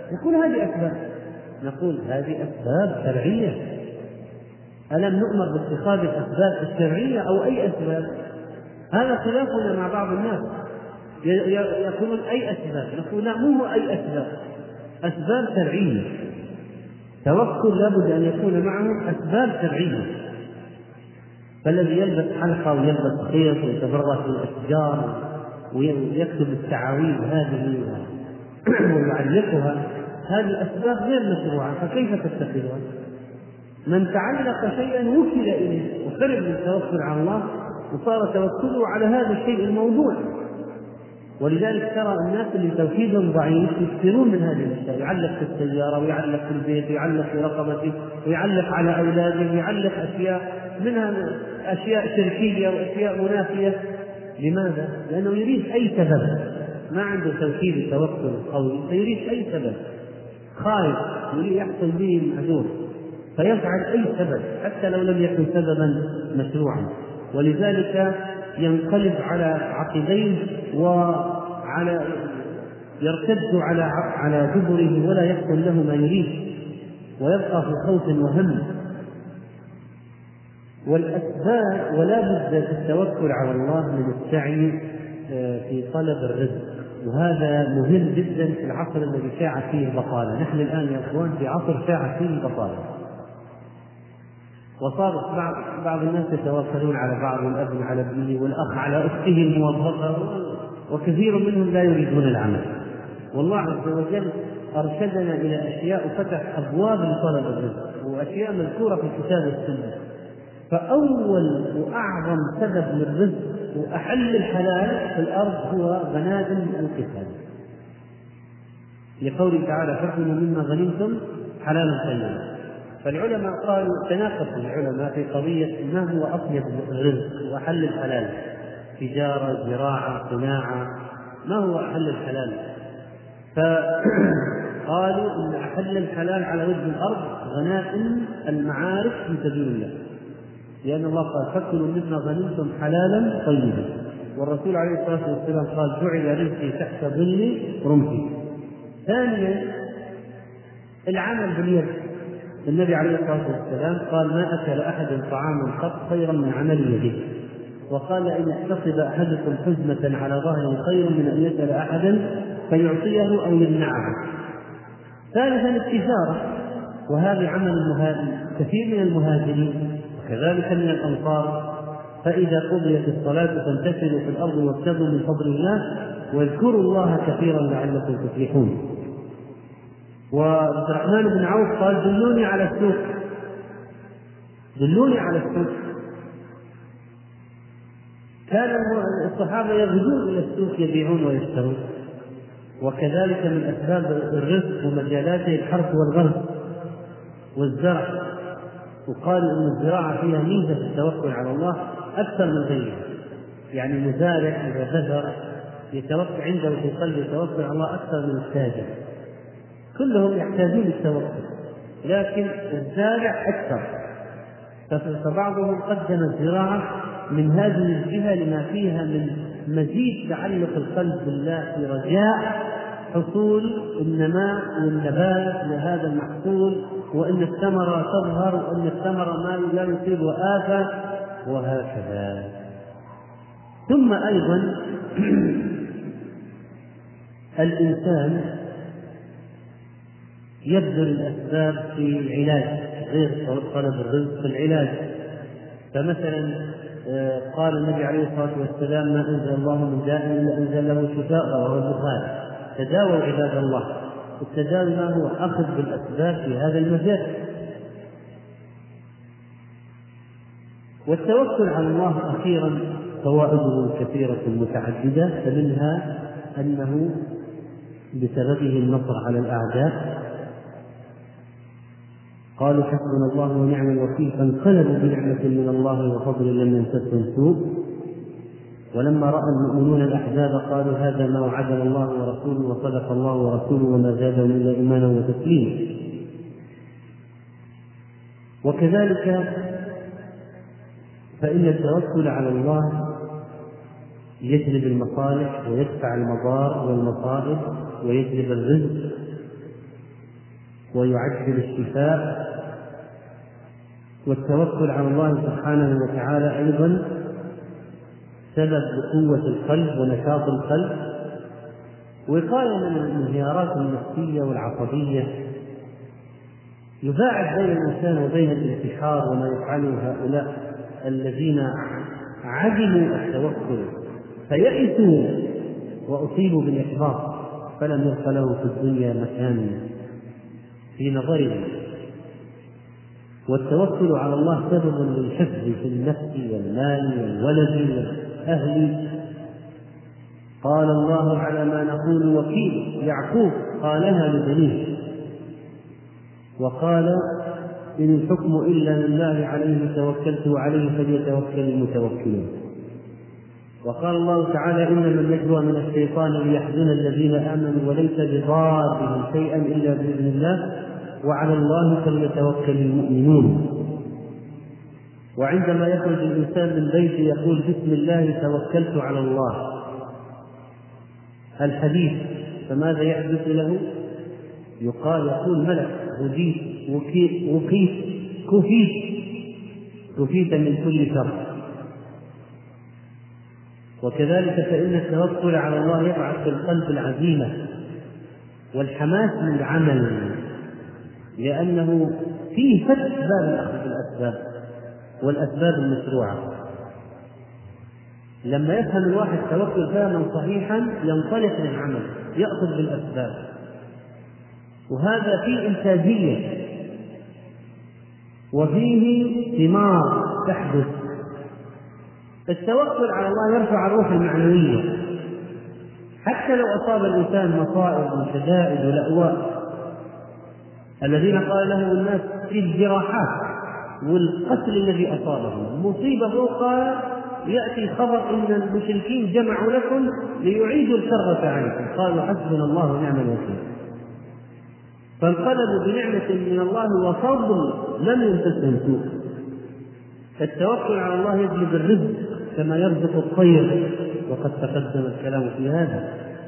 نقول هذه أسباب شرعية. ألم نؤمر باتخاذ الأسباب الشرعية أو أي أسباب؟ هذا خلافنا مع بعض الناس، يقولون أي أسباب، نقول لا، مو أي أسباب شرعية. توكل لابد أن يكون معه أسباب شرعية. فالذي يلبس حلقة ويلبس خيط ويتبرك بالأشجار ويكتب التعاويذ هذه ويعلقها، هذه الأسباب غير مشروعة، فكيف تتخذها؟ من تعلق شيئا وكل إليه وخرج بالتوكل على الله، وصار توكله على هذا الشيء الموضوع. ولذلك ترى الناس اللي توحيدهم ضعيف يكثرون من هذه الأشياء، يعلق في السيارة ويعلق في البيت ويعلق في رقبته ويعلق على أولاده ويعلق أشياء، منها أشياء شركية وأشياء منافية. لماذا؟ لأنه يريد أي سبب، ما عنده توحيد التوكل قوي، فيريد أي سبب، خايف يريد يحصل به المعذور، فيفعل أي سبب حتى لو لم يكن سببا مشروعا. ولذلك ينقلب على عقبيه وعلى يرتد على دبره ولا يحصل له ما يريد، ويبقى في خوف وهم. والأسباب، ولا بد في التوكل على الله من السعي في طلب الرزق، وهذا مهم جدا في العصر الذي شاعت فيه البطالة. نحن الآن يا أخوان في عصر شاعت فيه البطالة، وصار بعض الناس يتوكلون على بعض، الأب على ابنه، والأخ على أخته الموظفة، وكثير منهم لا يريدون العمل. والله عز وجل أرشدنا إلى أشياء وفتح أبواب لطلب الرزق، وأشياء مذكورة في الكتاب والسنة. فأول وأعظم سبب للرزق وأحل الحلال في الأرض هو غنائم القتال، لقوله تعالى: فكلوا مما غنمتم حلالا طيبا. فالعلماء قالوا، تناقشوا العلماء في قضية ما هو أطيب الرزق وأحل الحلال، تجارة، زراعة، صناعة، ما هو أحل الحلال؟ فقالوا إن أحل الحلال على وجه الأرض غنائم المعارك في سبيل الله، لأن الله قال: فكلوا مما غنمتم حلالا طيبا. والرسول عليه الصلاة والسلام قال: جعل رزقي تحت ظل رمحي. ثانيا العمل باليد. النبي عليه الصلاة والسلام قال: ما أكل أحد طعاما قط خيرا من عمل يده. وقال: إن احتصب أحدكم حزمة على ظهره خير من أن يسأل أحدا فيعطيه أو يمنعه. ثالثا التجارة، وهذا عمل كثير من المهاجرين وكذلك من الأنصار. فإذا قضيت الصلاة فانتشروا في الأرض وابتغوا من فضل الله واذكروا الله كثيرا لعلكم تفلحون. وعبد الرحمن بن عوف قال: دلوني على السوق، دلوني على السوق. كان الصحابة يغدون إلى السوق يبيعون ويشترون. وكذلك من أسباب الرزق ومجالاته الحرث والغرس والزرع. وقالوا أن الزراعة فيها ميزة في التوكل على الله أكثر من غيرها. يعني المزارع إذا بذر يتوكل عنده في قلبه يتوكل على الله أكثر من التاجر. كلهم يحتاجون للتوكل، لكن الزارع أكثر. فبعضهم قدم الزراعة من هذه الجهة لما فيها من مزيد تعلق القلب بالله في رجاء حصول النماء والنبات لهذا المحصول، وأن الثمرة تظهر، وأن الثمرة ما لا يصيب آفة، وهكذا. ثم أيضا الإنسان يبذل الأسباب في العلاج غير طلب الرزق، في العلاج. فمثلا قال النبي عليه الصلاة والسلام: ما أنزل الله من داء إلا أنزل له شفاء، وهو البخاري. تداووا عباد الله. التداوي ما هو؟ أخذ بالأسباب في هذا المجال. والتوكل على الله أخيرا فوائده كثيرة متعددة، فمنها أنه بسببه النصر على الأعداء. قالوا: حسبنا الله ونعم الوكيل، فانقلبوا بنعمة من الله وفضل لم يمسسهم سوء. ولما رأى المؤمنون الأحزاب قالوا: هذا ما وعدنا الله ورسوله وصدق الله ورسوله وما زادهم إلا إيمانا وتسليما. وكذلك فإن التوكل على الله يجلب المصالح ويدفع المضار والمصائب، ويجلب الرزق ويعجل الشفاء. والتوكل على الله سبحانه وتعالى أيضا سبب لقوة القلب ونشاط القلب، وقاية من الانهيارات النفسية والعصبية. يباعد بين الإنسان وبين الانتحار وما يفعله هؤلاء الذين عدموا التوكل فيئسوا وأصيبوا بالإحباط، فلم يبق له في الدنيا مكان في نظرهم. والتوكل على الله سبب للحفظ في النفس والمال والولد والأهل. قال: الله على ما نقول وكيل. يعقوب قالها لبنيه، وقال: إن الحكم إلا لله عليه توكلت وعليه فليتوكل المتوكلون. وقال الله تعالى: إنما النجوى من الشيطان ليحزن الذين آمنوا وليس بضارهم شيئا إلا بإذن الله وعلى الله فليتوكل المؤمنون. وعندما يخرج الإنسان من بيته يقول: بسم الله توكلت على الله. الحديث فماذا يحدث له؟ يقول ملك هديت وقيت كفيت من كل شر. وكذلك فإن التوكل على الله يبعث في القلب العزيمة والحماس للعمل، لأنه فيه فتح باب الأخذ بالأسباب والأسباب المشروعة. لما يفهم الواحد التوكل فهما صحيحا ينطلق للعمل، يأخذ بالأسباب، وهذا فيه إنتاجية وفيه ثمار تحدث. التوكل على الله يرفع الروح المعنوية، حتى لو أصاب الإنسان مصائب وشدائد ولأواء الذين قال لهم الناس في الجراحات والقتل الذي أصابهم مصيبة فوق، يأتي خبر إن المشركين جمعوا لكم ليعيدوا الكرة عنكم، قالوا حسبنا الله ونعم الوكيل، فانقلبوا بنعمة من الله وفضل لم يمسسهم سوء. التوكل على الله يجلب الرزق كما يرزق الطير، وقد تقدم الكلام في هذا.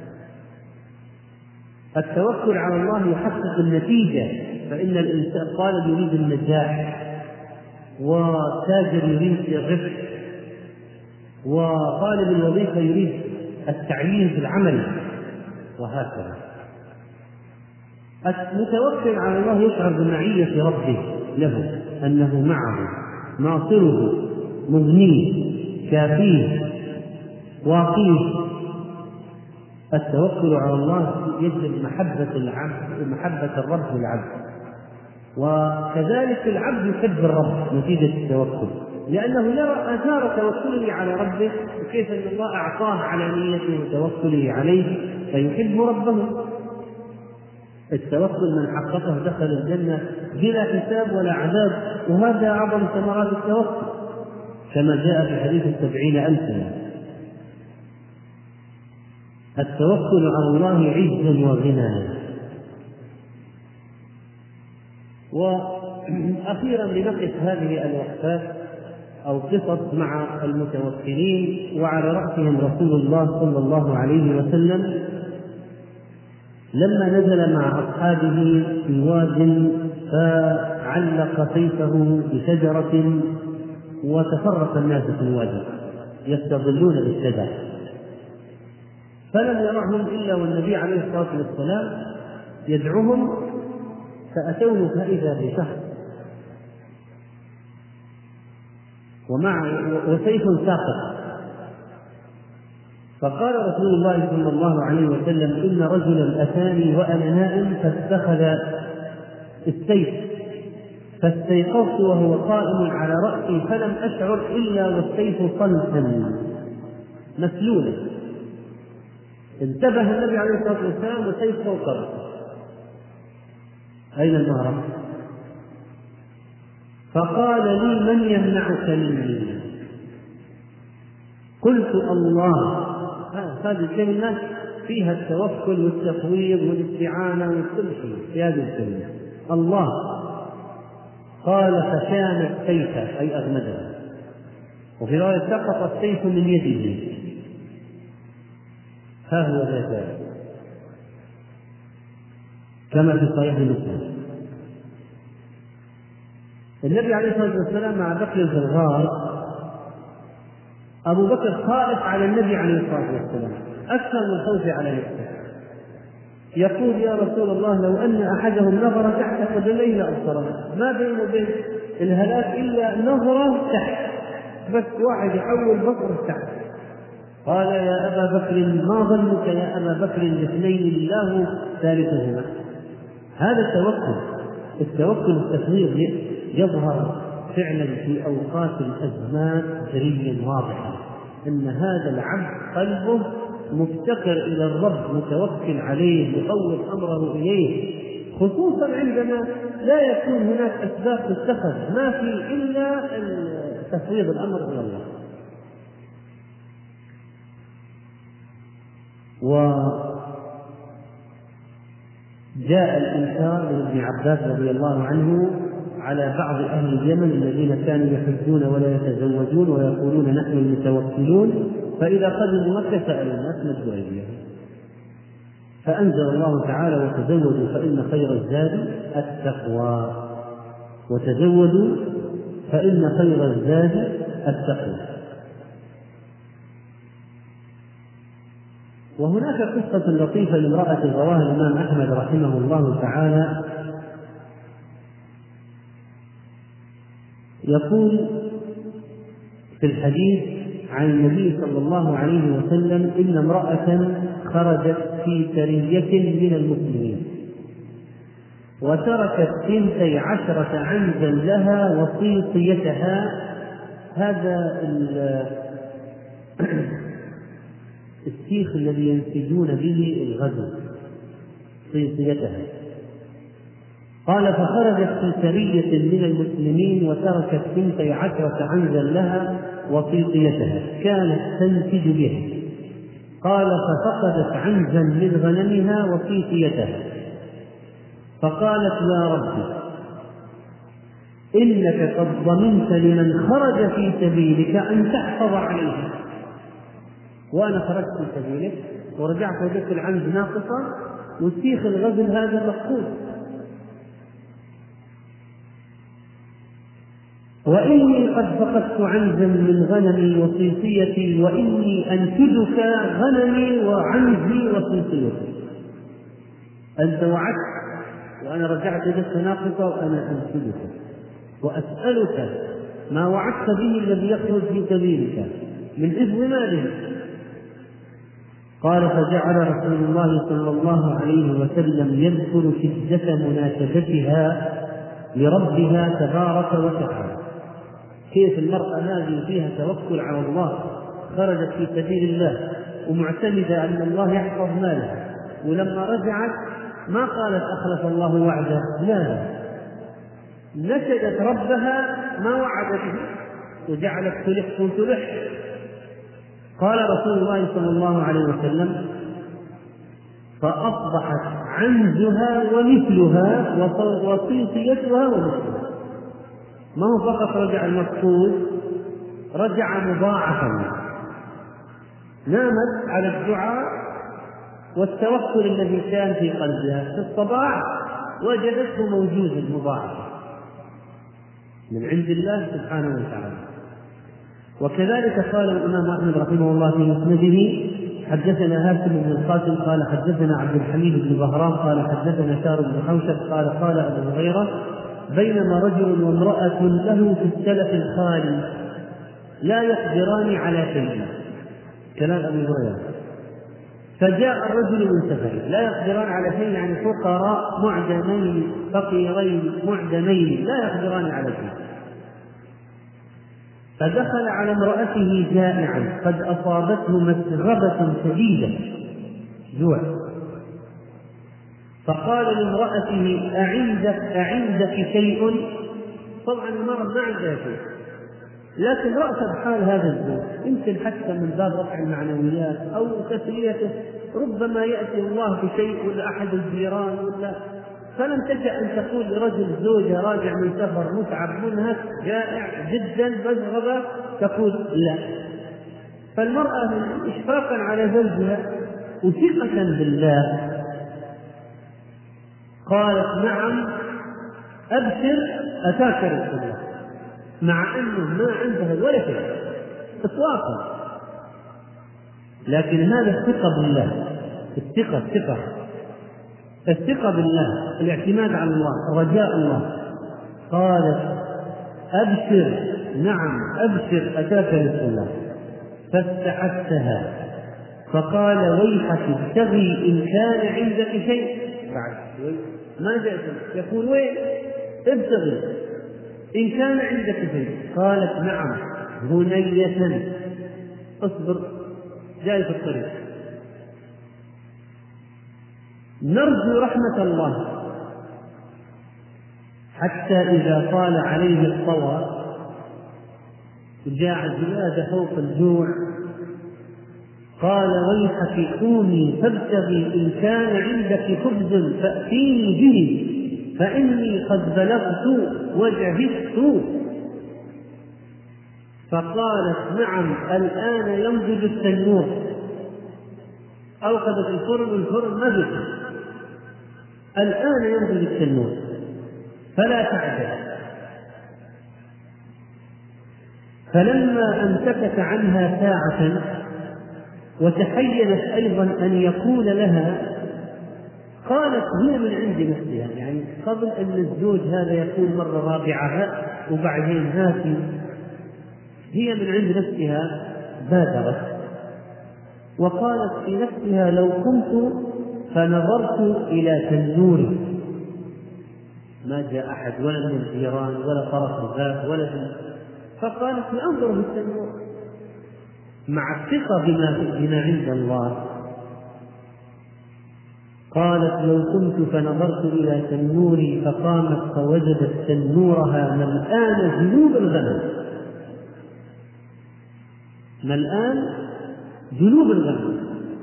التوكل على الله يحقق النتيجة، فإن الإنسان طالب يريد النجاح، وتاجر يريد الربح، وطالب الوظيفة يريد التعيين في العمل، وهكذا. المتوكل على الله يشعر بمعية ربه له، أنه معه ناصره مغنيه كافيه واقيه. التوكل على الله يجلب محبة العبد، محبة الرب للعبد، وكذلك العبد يحب الرب نتيجة التوكل، لأنه يرى آثار توكله على ربه وكيف أن الله أعطاه على نيته وتوكله عليه فيحب ربه. التوكل من حققه دخل الجنة بلا حساب ولا عذاب، وهذا أعظم ثمرات التوكل كما جاء في حديث 70,000. التوكل على الله عز وغنى. وأخيرا لنقف هذه الوقفات أو قصص مع المتوكلين، وعلى رأسهم رسول الله صلى الله عليه وسلم لما نزل مع أصحابه في واد فعلق سيفه بشجرة وتفرق الناس في الوادي يستظلون بالشجر، فلم يرهم إلا والنبي عليه الصلاة والسلام يدعوهم، فأتوه فإذا بشخص وسيف ساقط، فقال رسول الله صلى الله عليه وسلم إن رجلا أتاني وأنا نائم فاتخذ السيف، فاستيقظت وهو قائم على رأسي فلم أشعر إلا والسيف صلتا مسلولا. انتبه النبي عليه الصلاة والسلام والسيف فوق رأسه، أين المهرب؟ فقال لي من يمنعك مني؟ قلت الله. هذه الكلمة فيها التوكل والتفويض والاستعانة وكل شيء في هذه الكلمة، الله. قال فكان السيف أي أغمده، وفي رواية سقط السيف من يده. ها هو ذلك كما في صحيح مسلم. النبي عليه الصلاة والسلام مع بكر في الغار، أبو بكر خائف على النبي عليه الصلاة والسلام أكثر من خوفه على نفسه، يقول يا رسول الله لو أن أحدهم نظر تحت قدميه لأبصره، ما بينه وبين الهلاك إلا نظرة تحت، بس واحد يحول بصره تحت. قال يا أبا بكر ما ظنك يا أبا بكر باثنين الله ثالثهما؟ هذا التوكل التفويض يظهر فعلا في أوقات الأزمات جليا واضحا، أن هذا العبد قلبه مفتقر إلى الرب متوكل عليه يفوض أمره إليه، خصوصا عندما لا يكون هناك أسباب تتخذ، ما في إلا تفويض الأمر إلى الله. وجاء الإنكار من ابن عباس رضي الله عنه على بعض أهل اليمن الذين كانوا يحجون ولا يتزوجون ويقولون نحن المتوكلون، فإذا قدموا مكة سألوا الناس مدوا أيديهم، فأنزل الله تعالى: وتزودوا فإن خير الزاد التقوى. وتزودوا فإن خير الزاد التقوى. وهناك قصة لطيفة لامرأة رواها الإمام أحمد رحمه الله تعالى، يقول في الحديث عن النبي صلى الله عليه وسلم: إن امرأة خرجت في سرية من المسلمين وتركت 12 عنزا لها وصيصيتها. هذا السيخ الذي ينسجون به الغزو، صيصيتها. قال: فخرجت في سرية من المسلمين وتركت 12 عنزا لها وصيصيتها كانت تنسج بها. قال: ففقدت عنزا من غنمها وصيصيتها، فقالت: يا رب، إنك قد ضمنت لمن خرج في سبيلك أن تحفظ عليها، وأنا خرجت في سبيلك ورجعت وجدت العنز ناقصة وسيخ الغزل هذا مفقود، وإني قد فقدت عنزا من غنمي وصيصيتي، وإني أنشدك غنمي وعنزي وصيصيتي. أنت وعدت وأنا رجعت وجدت ناقصة، وأنا أنشدك وأسألك ما وعدت به الذي يخرج في سبيلك من حفظ ماله. قال: فجعل رسول الله صلى الله عليه وسلم يذكر شدة مناشدتها لربها تبارك وتعالى، كيف المرأة هذه فيها توكل على الله، خرجت في سبيل الله ومعتمدة أن الله يحفظ مالها، ولما رجعت ما قالت أخلف الله وعده، لا، نشدت ربها ما وعد به وجعلت تلح. قال رسول الله صلى الله عليه وسلم: فأصبحت عنزها ومثلها وصيصيتها ومثلها. ما هو فقط رجع المفقود، رجع مضاعفا. نامت على الدعاء والتوكل الذي كان في قلبها، في الصباح وجدته موجودا مضاعفا من عند الله سبحانه وتعالى. وكذلك قال الإمام أحمد رحمه الله في مسنده: حدثنا هاشم بن القاسم قال حدثنا عبد الحميد بن بهرام قال حدثنا شار بن حوشب قال أبو هريرة: بينما رجل وامرأة له في السلف الخالي لا يقدران على شيء، كلام أبي هريرة، فجاء الرجل من سفر، لا يقدران على شيء يعني فقراء معدمين فقيرين معدمين لا يقدران على شيء، فدخل على امرأته جائعا قد أصابته مسغبة شديدة جوع، فقال لامرأته: أعندك شيء؟ طبعا المرأة ما عندها شيء، لكن رأت بحال هذا الزوج، يمكن حتى من باب رفع المعنويات أو تسليته، ربما يأتي الله بشيء ولا أحد الجيران ولا، فلم تجأ أن تقول لرجل زوجة راجع من سفر متعب منهك جائع جدا مزغبة تقول لا. فالمرأة إشفاقا على زوجها وثقة بالله قالت: نعم أبشر أتاك رسول الله، مع أنه ما عندها ولا شيء إطلاقا، لكن هذا الثقة بالله، الثقة بالله، الاعتماد على الله، رجاء الله. قالت: أبشر، نعم أبشر أتاك رسول الله. فاستحثها فقال: ويحك ابتغي إن كان عندك شيء. ما جاء يقول: وين ابتغي إن كان عندك شيء. قالت: نعم بنية، اصبر جاي في الطريق، نرجو رحمة الله، حتى إذا طال عليه الطوى جاع زيادة فوق الجوع قال: ويحك قومي فابتغي إن كان عندك خبز فأتيني به فإني قد بلغت وجهزت. فقالت: نعم الآن ينضج التنور، أوقدت الفرن والفرن ما في، الآن ينزل التنور فلا تعجل. فلما أمسكت عنها ساعة وتحينت أيضا أن يكون لها، قالت هي من عند نفسها، يعني قبل أن الزوج هذا يكون مرة رابعة وبعدين هاتي، هي من عند نفسها بادرت وقالت في نفسها لو كنت فنظرت إلى تنوري، ما جاء أحد ولا من الجيران ولا طرف الباب ولا شيء، فقالت لأنظر بالتنور مع الثقة بما عند الله. قالت لو كنت فنظرت إلى تنوري، فقامت فوجدت تنورها ملآن جنوب الغنم، ملآن جنوب الغنم،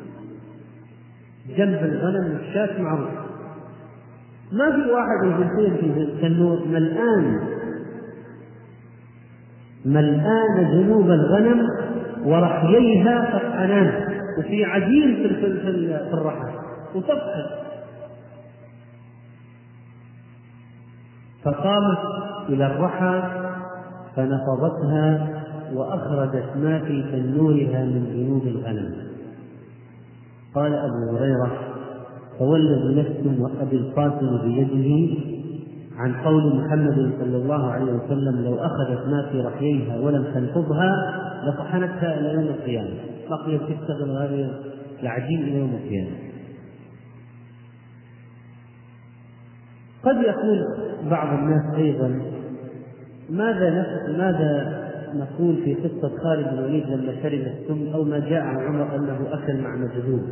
جنب الغنم الشاة معروف، ما في واحد يصير في التنور، ملآن جنوب الغنم ورحييها تطحنان، وفي عجين في الرحى وتطحن. فقامت إلى الرحى فنفضتها وأخرجت ما في تنورها من جنوب الغنم. قال أبو هريرة: فوالذي نفس أبي القاسم بيده، عن قول محمد صلى الله عليه وسلم: لو أخذت ما في رحييها ولم تنفضها لطحنتها إلى يوم القيامة، بقيت تشتغل هذه العجين إلى يوم القيامة. قد يقول بعض الناس أيضا: ماذا نقول في قصة خالد بن الوليد لما شرب السم، أو ما جاء عن عمر أنه أكل مع مجذوب؟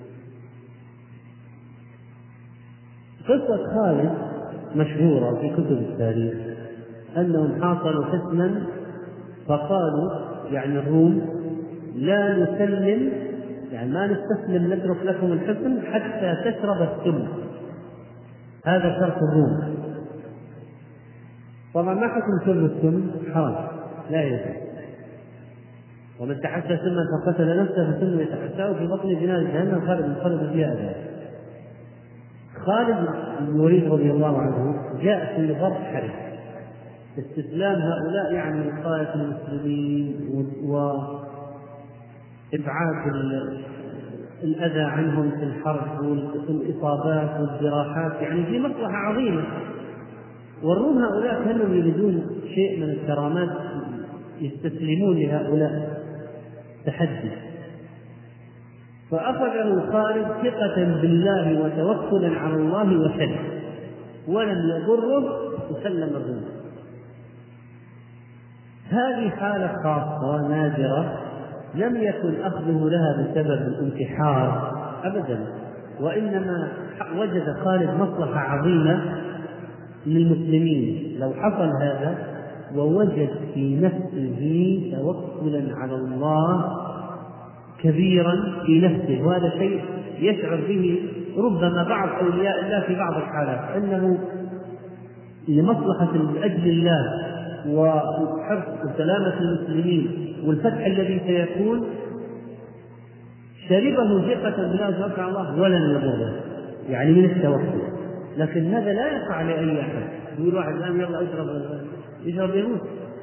قصة خالد مشهورة في كتب التاريخ، أنهم حاصروا حصنا فقالوا يعني الروم: لا نسلم، يعني ما نستسلم، نترك لكم الحصن حتى تشرب السم، هذا شرط الروم. طبعا ما حكم شرب السم؟ حرام لا يجوز، ومن تحسى سما فقتل نفسه فسم يتحساه في بطن جنان جهنم خالد فيها أبدا. خالد بن الوليد رضي الله عنه جاء في ظرف حرب، استسلام هؤلاء يعني وقاية المسلمين وإبعاد الأذى عنهم في الحرب والإصابات والجراحات، يعني في مصلحة عظيمة. والروم هؤلاء كانوا يريدون شيء من الكرامات، يستسلمون لهؤلاء تحدي. فأخذه خالد ثقة بالله وتوكلا على الله وسلم، ولم يضره وسلم الروم. هذه حالة خاصة نادرة، لم يكن أخذه لها بسبب الانتحار أبدا، وإنما وجد خالد مصلحة عظيمة للمسلمين لو حصل هذا، ووجد في نفسه توكلا على الله كبيرا في نفسه. وهذا شيء يشعر به ربما بعض أولياء الله في بعض الحالات، أنه لمصلحة لأجل الله وحفظ وسلامة المسلمين والفتح الذي سيكون، شربه ثقة بالله وتوكل على الله ولن يضره، يعني من التوكل. لكن هذا لا يقع لأي أحد، يقول واحد الآن يلا يشرب يموت.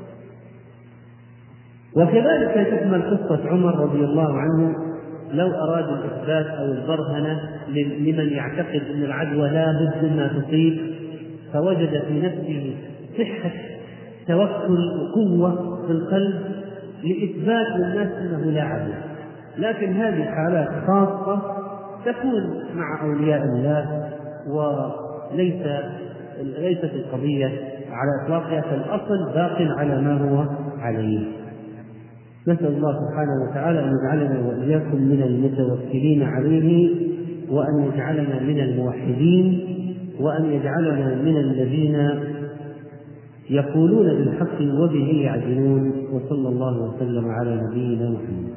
وكذلك تكمل قصة عمر رضي الله عنه، لو أراد الإثبات أو البرهنة لمن يعتقد أن العدوى لا بد أنها تصيب، فوجد في نفسه صحة توكل وقوة في القلب لإثبات للناس أنه لا عدوى. لكن هذه حالات خاصة تكون مع أولياء الله، وليست القضية على إطلاقها، فالأصل باق على ما هو عليه. نسأل الله سبحانه وتعالى أن يجعلنا وإياكم من المتوكلين عليه، وأن يجعلنا من الموحدين، وأن يجعلنا من الذين يقولون بالحق وبه يعدلون. وصلى الله وسلم على نبينا محمد.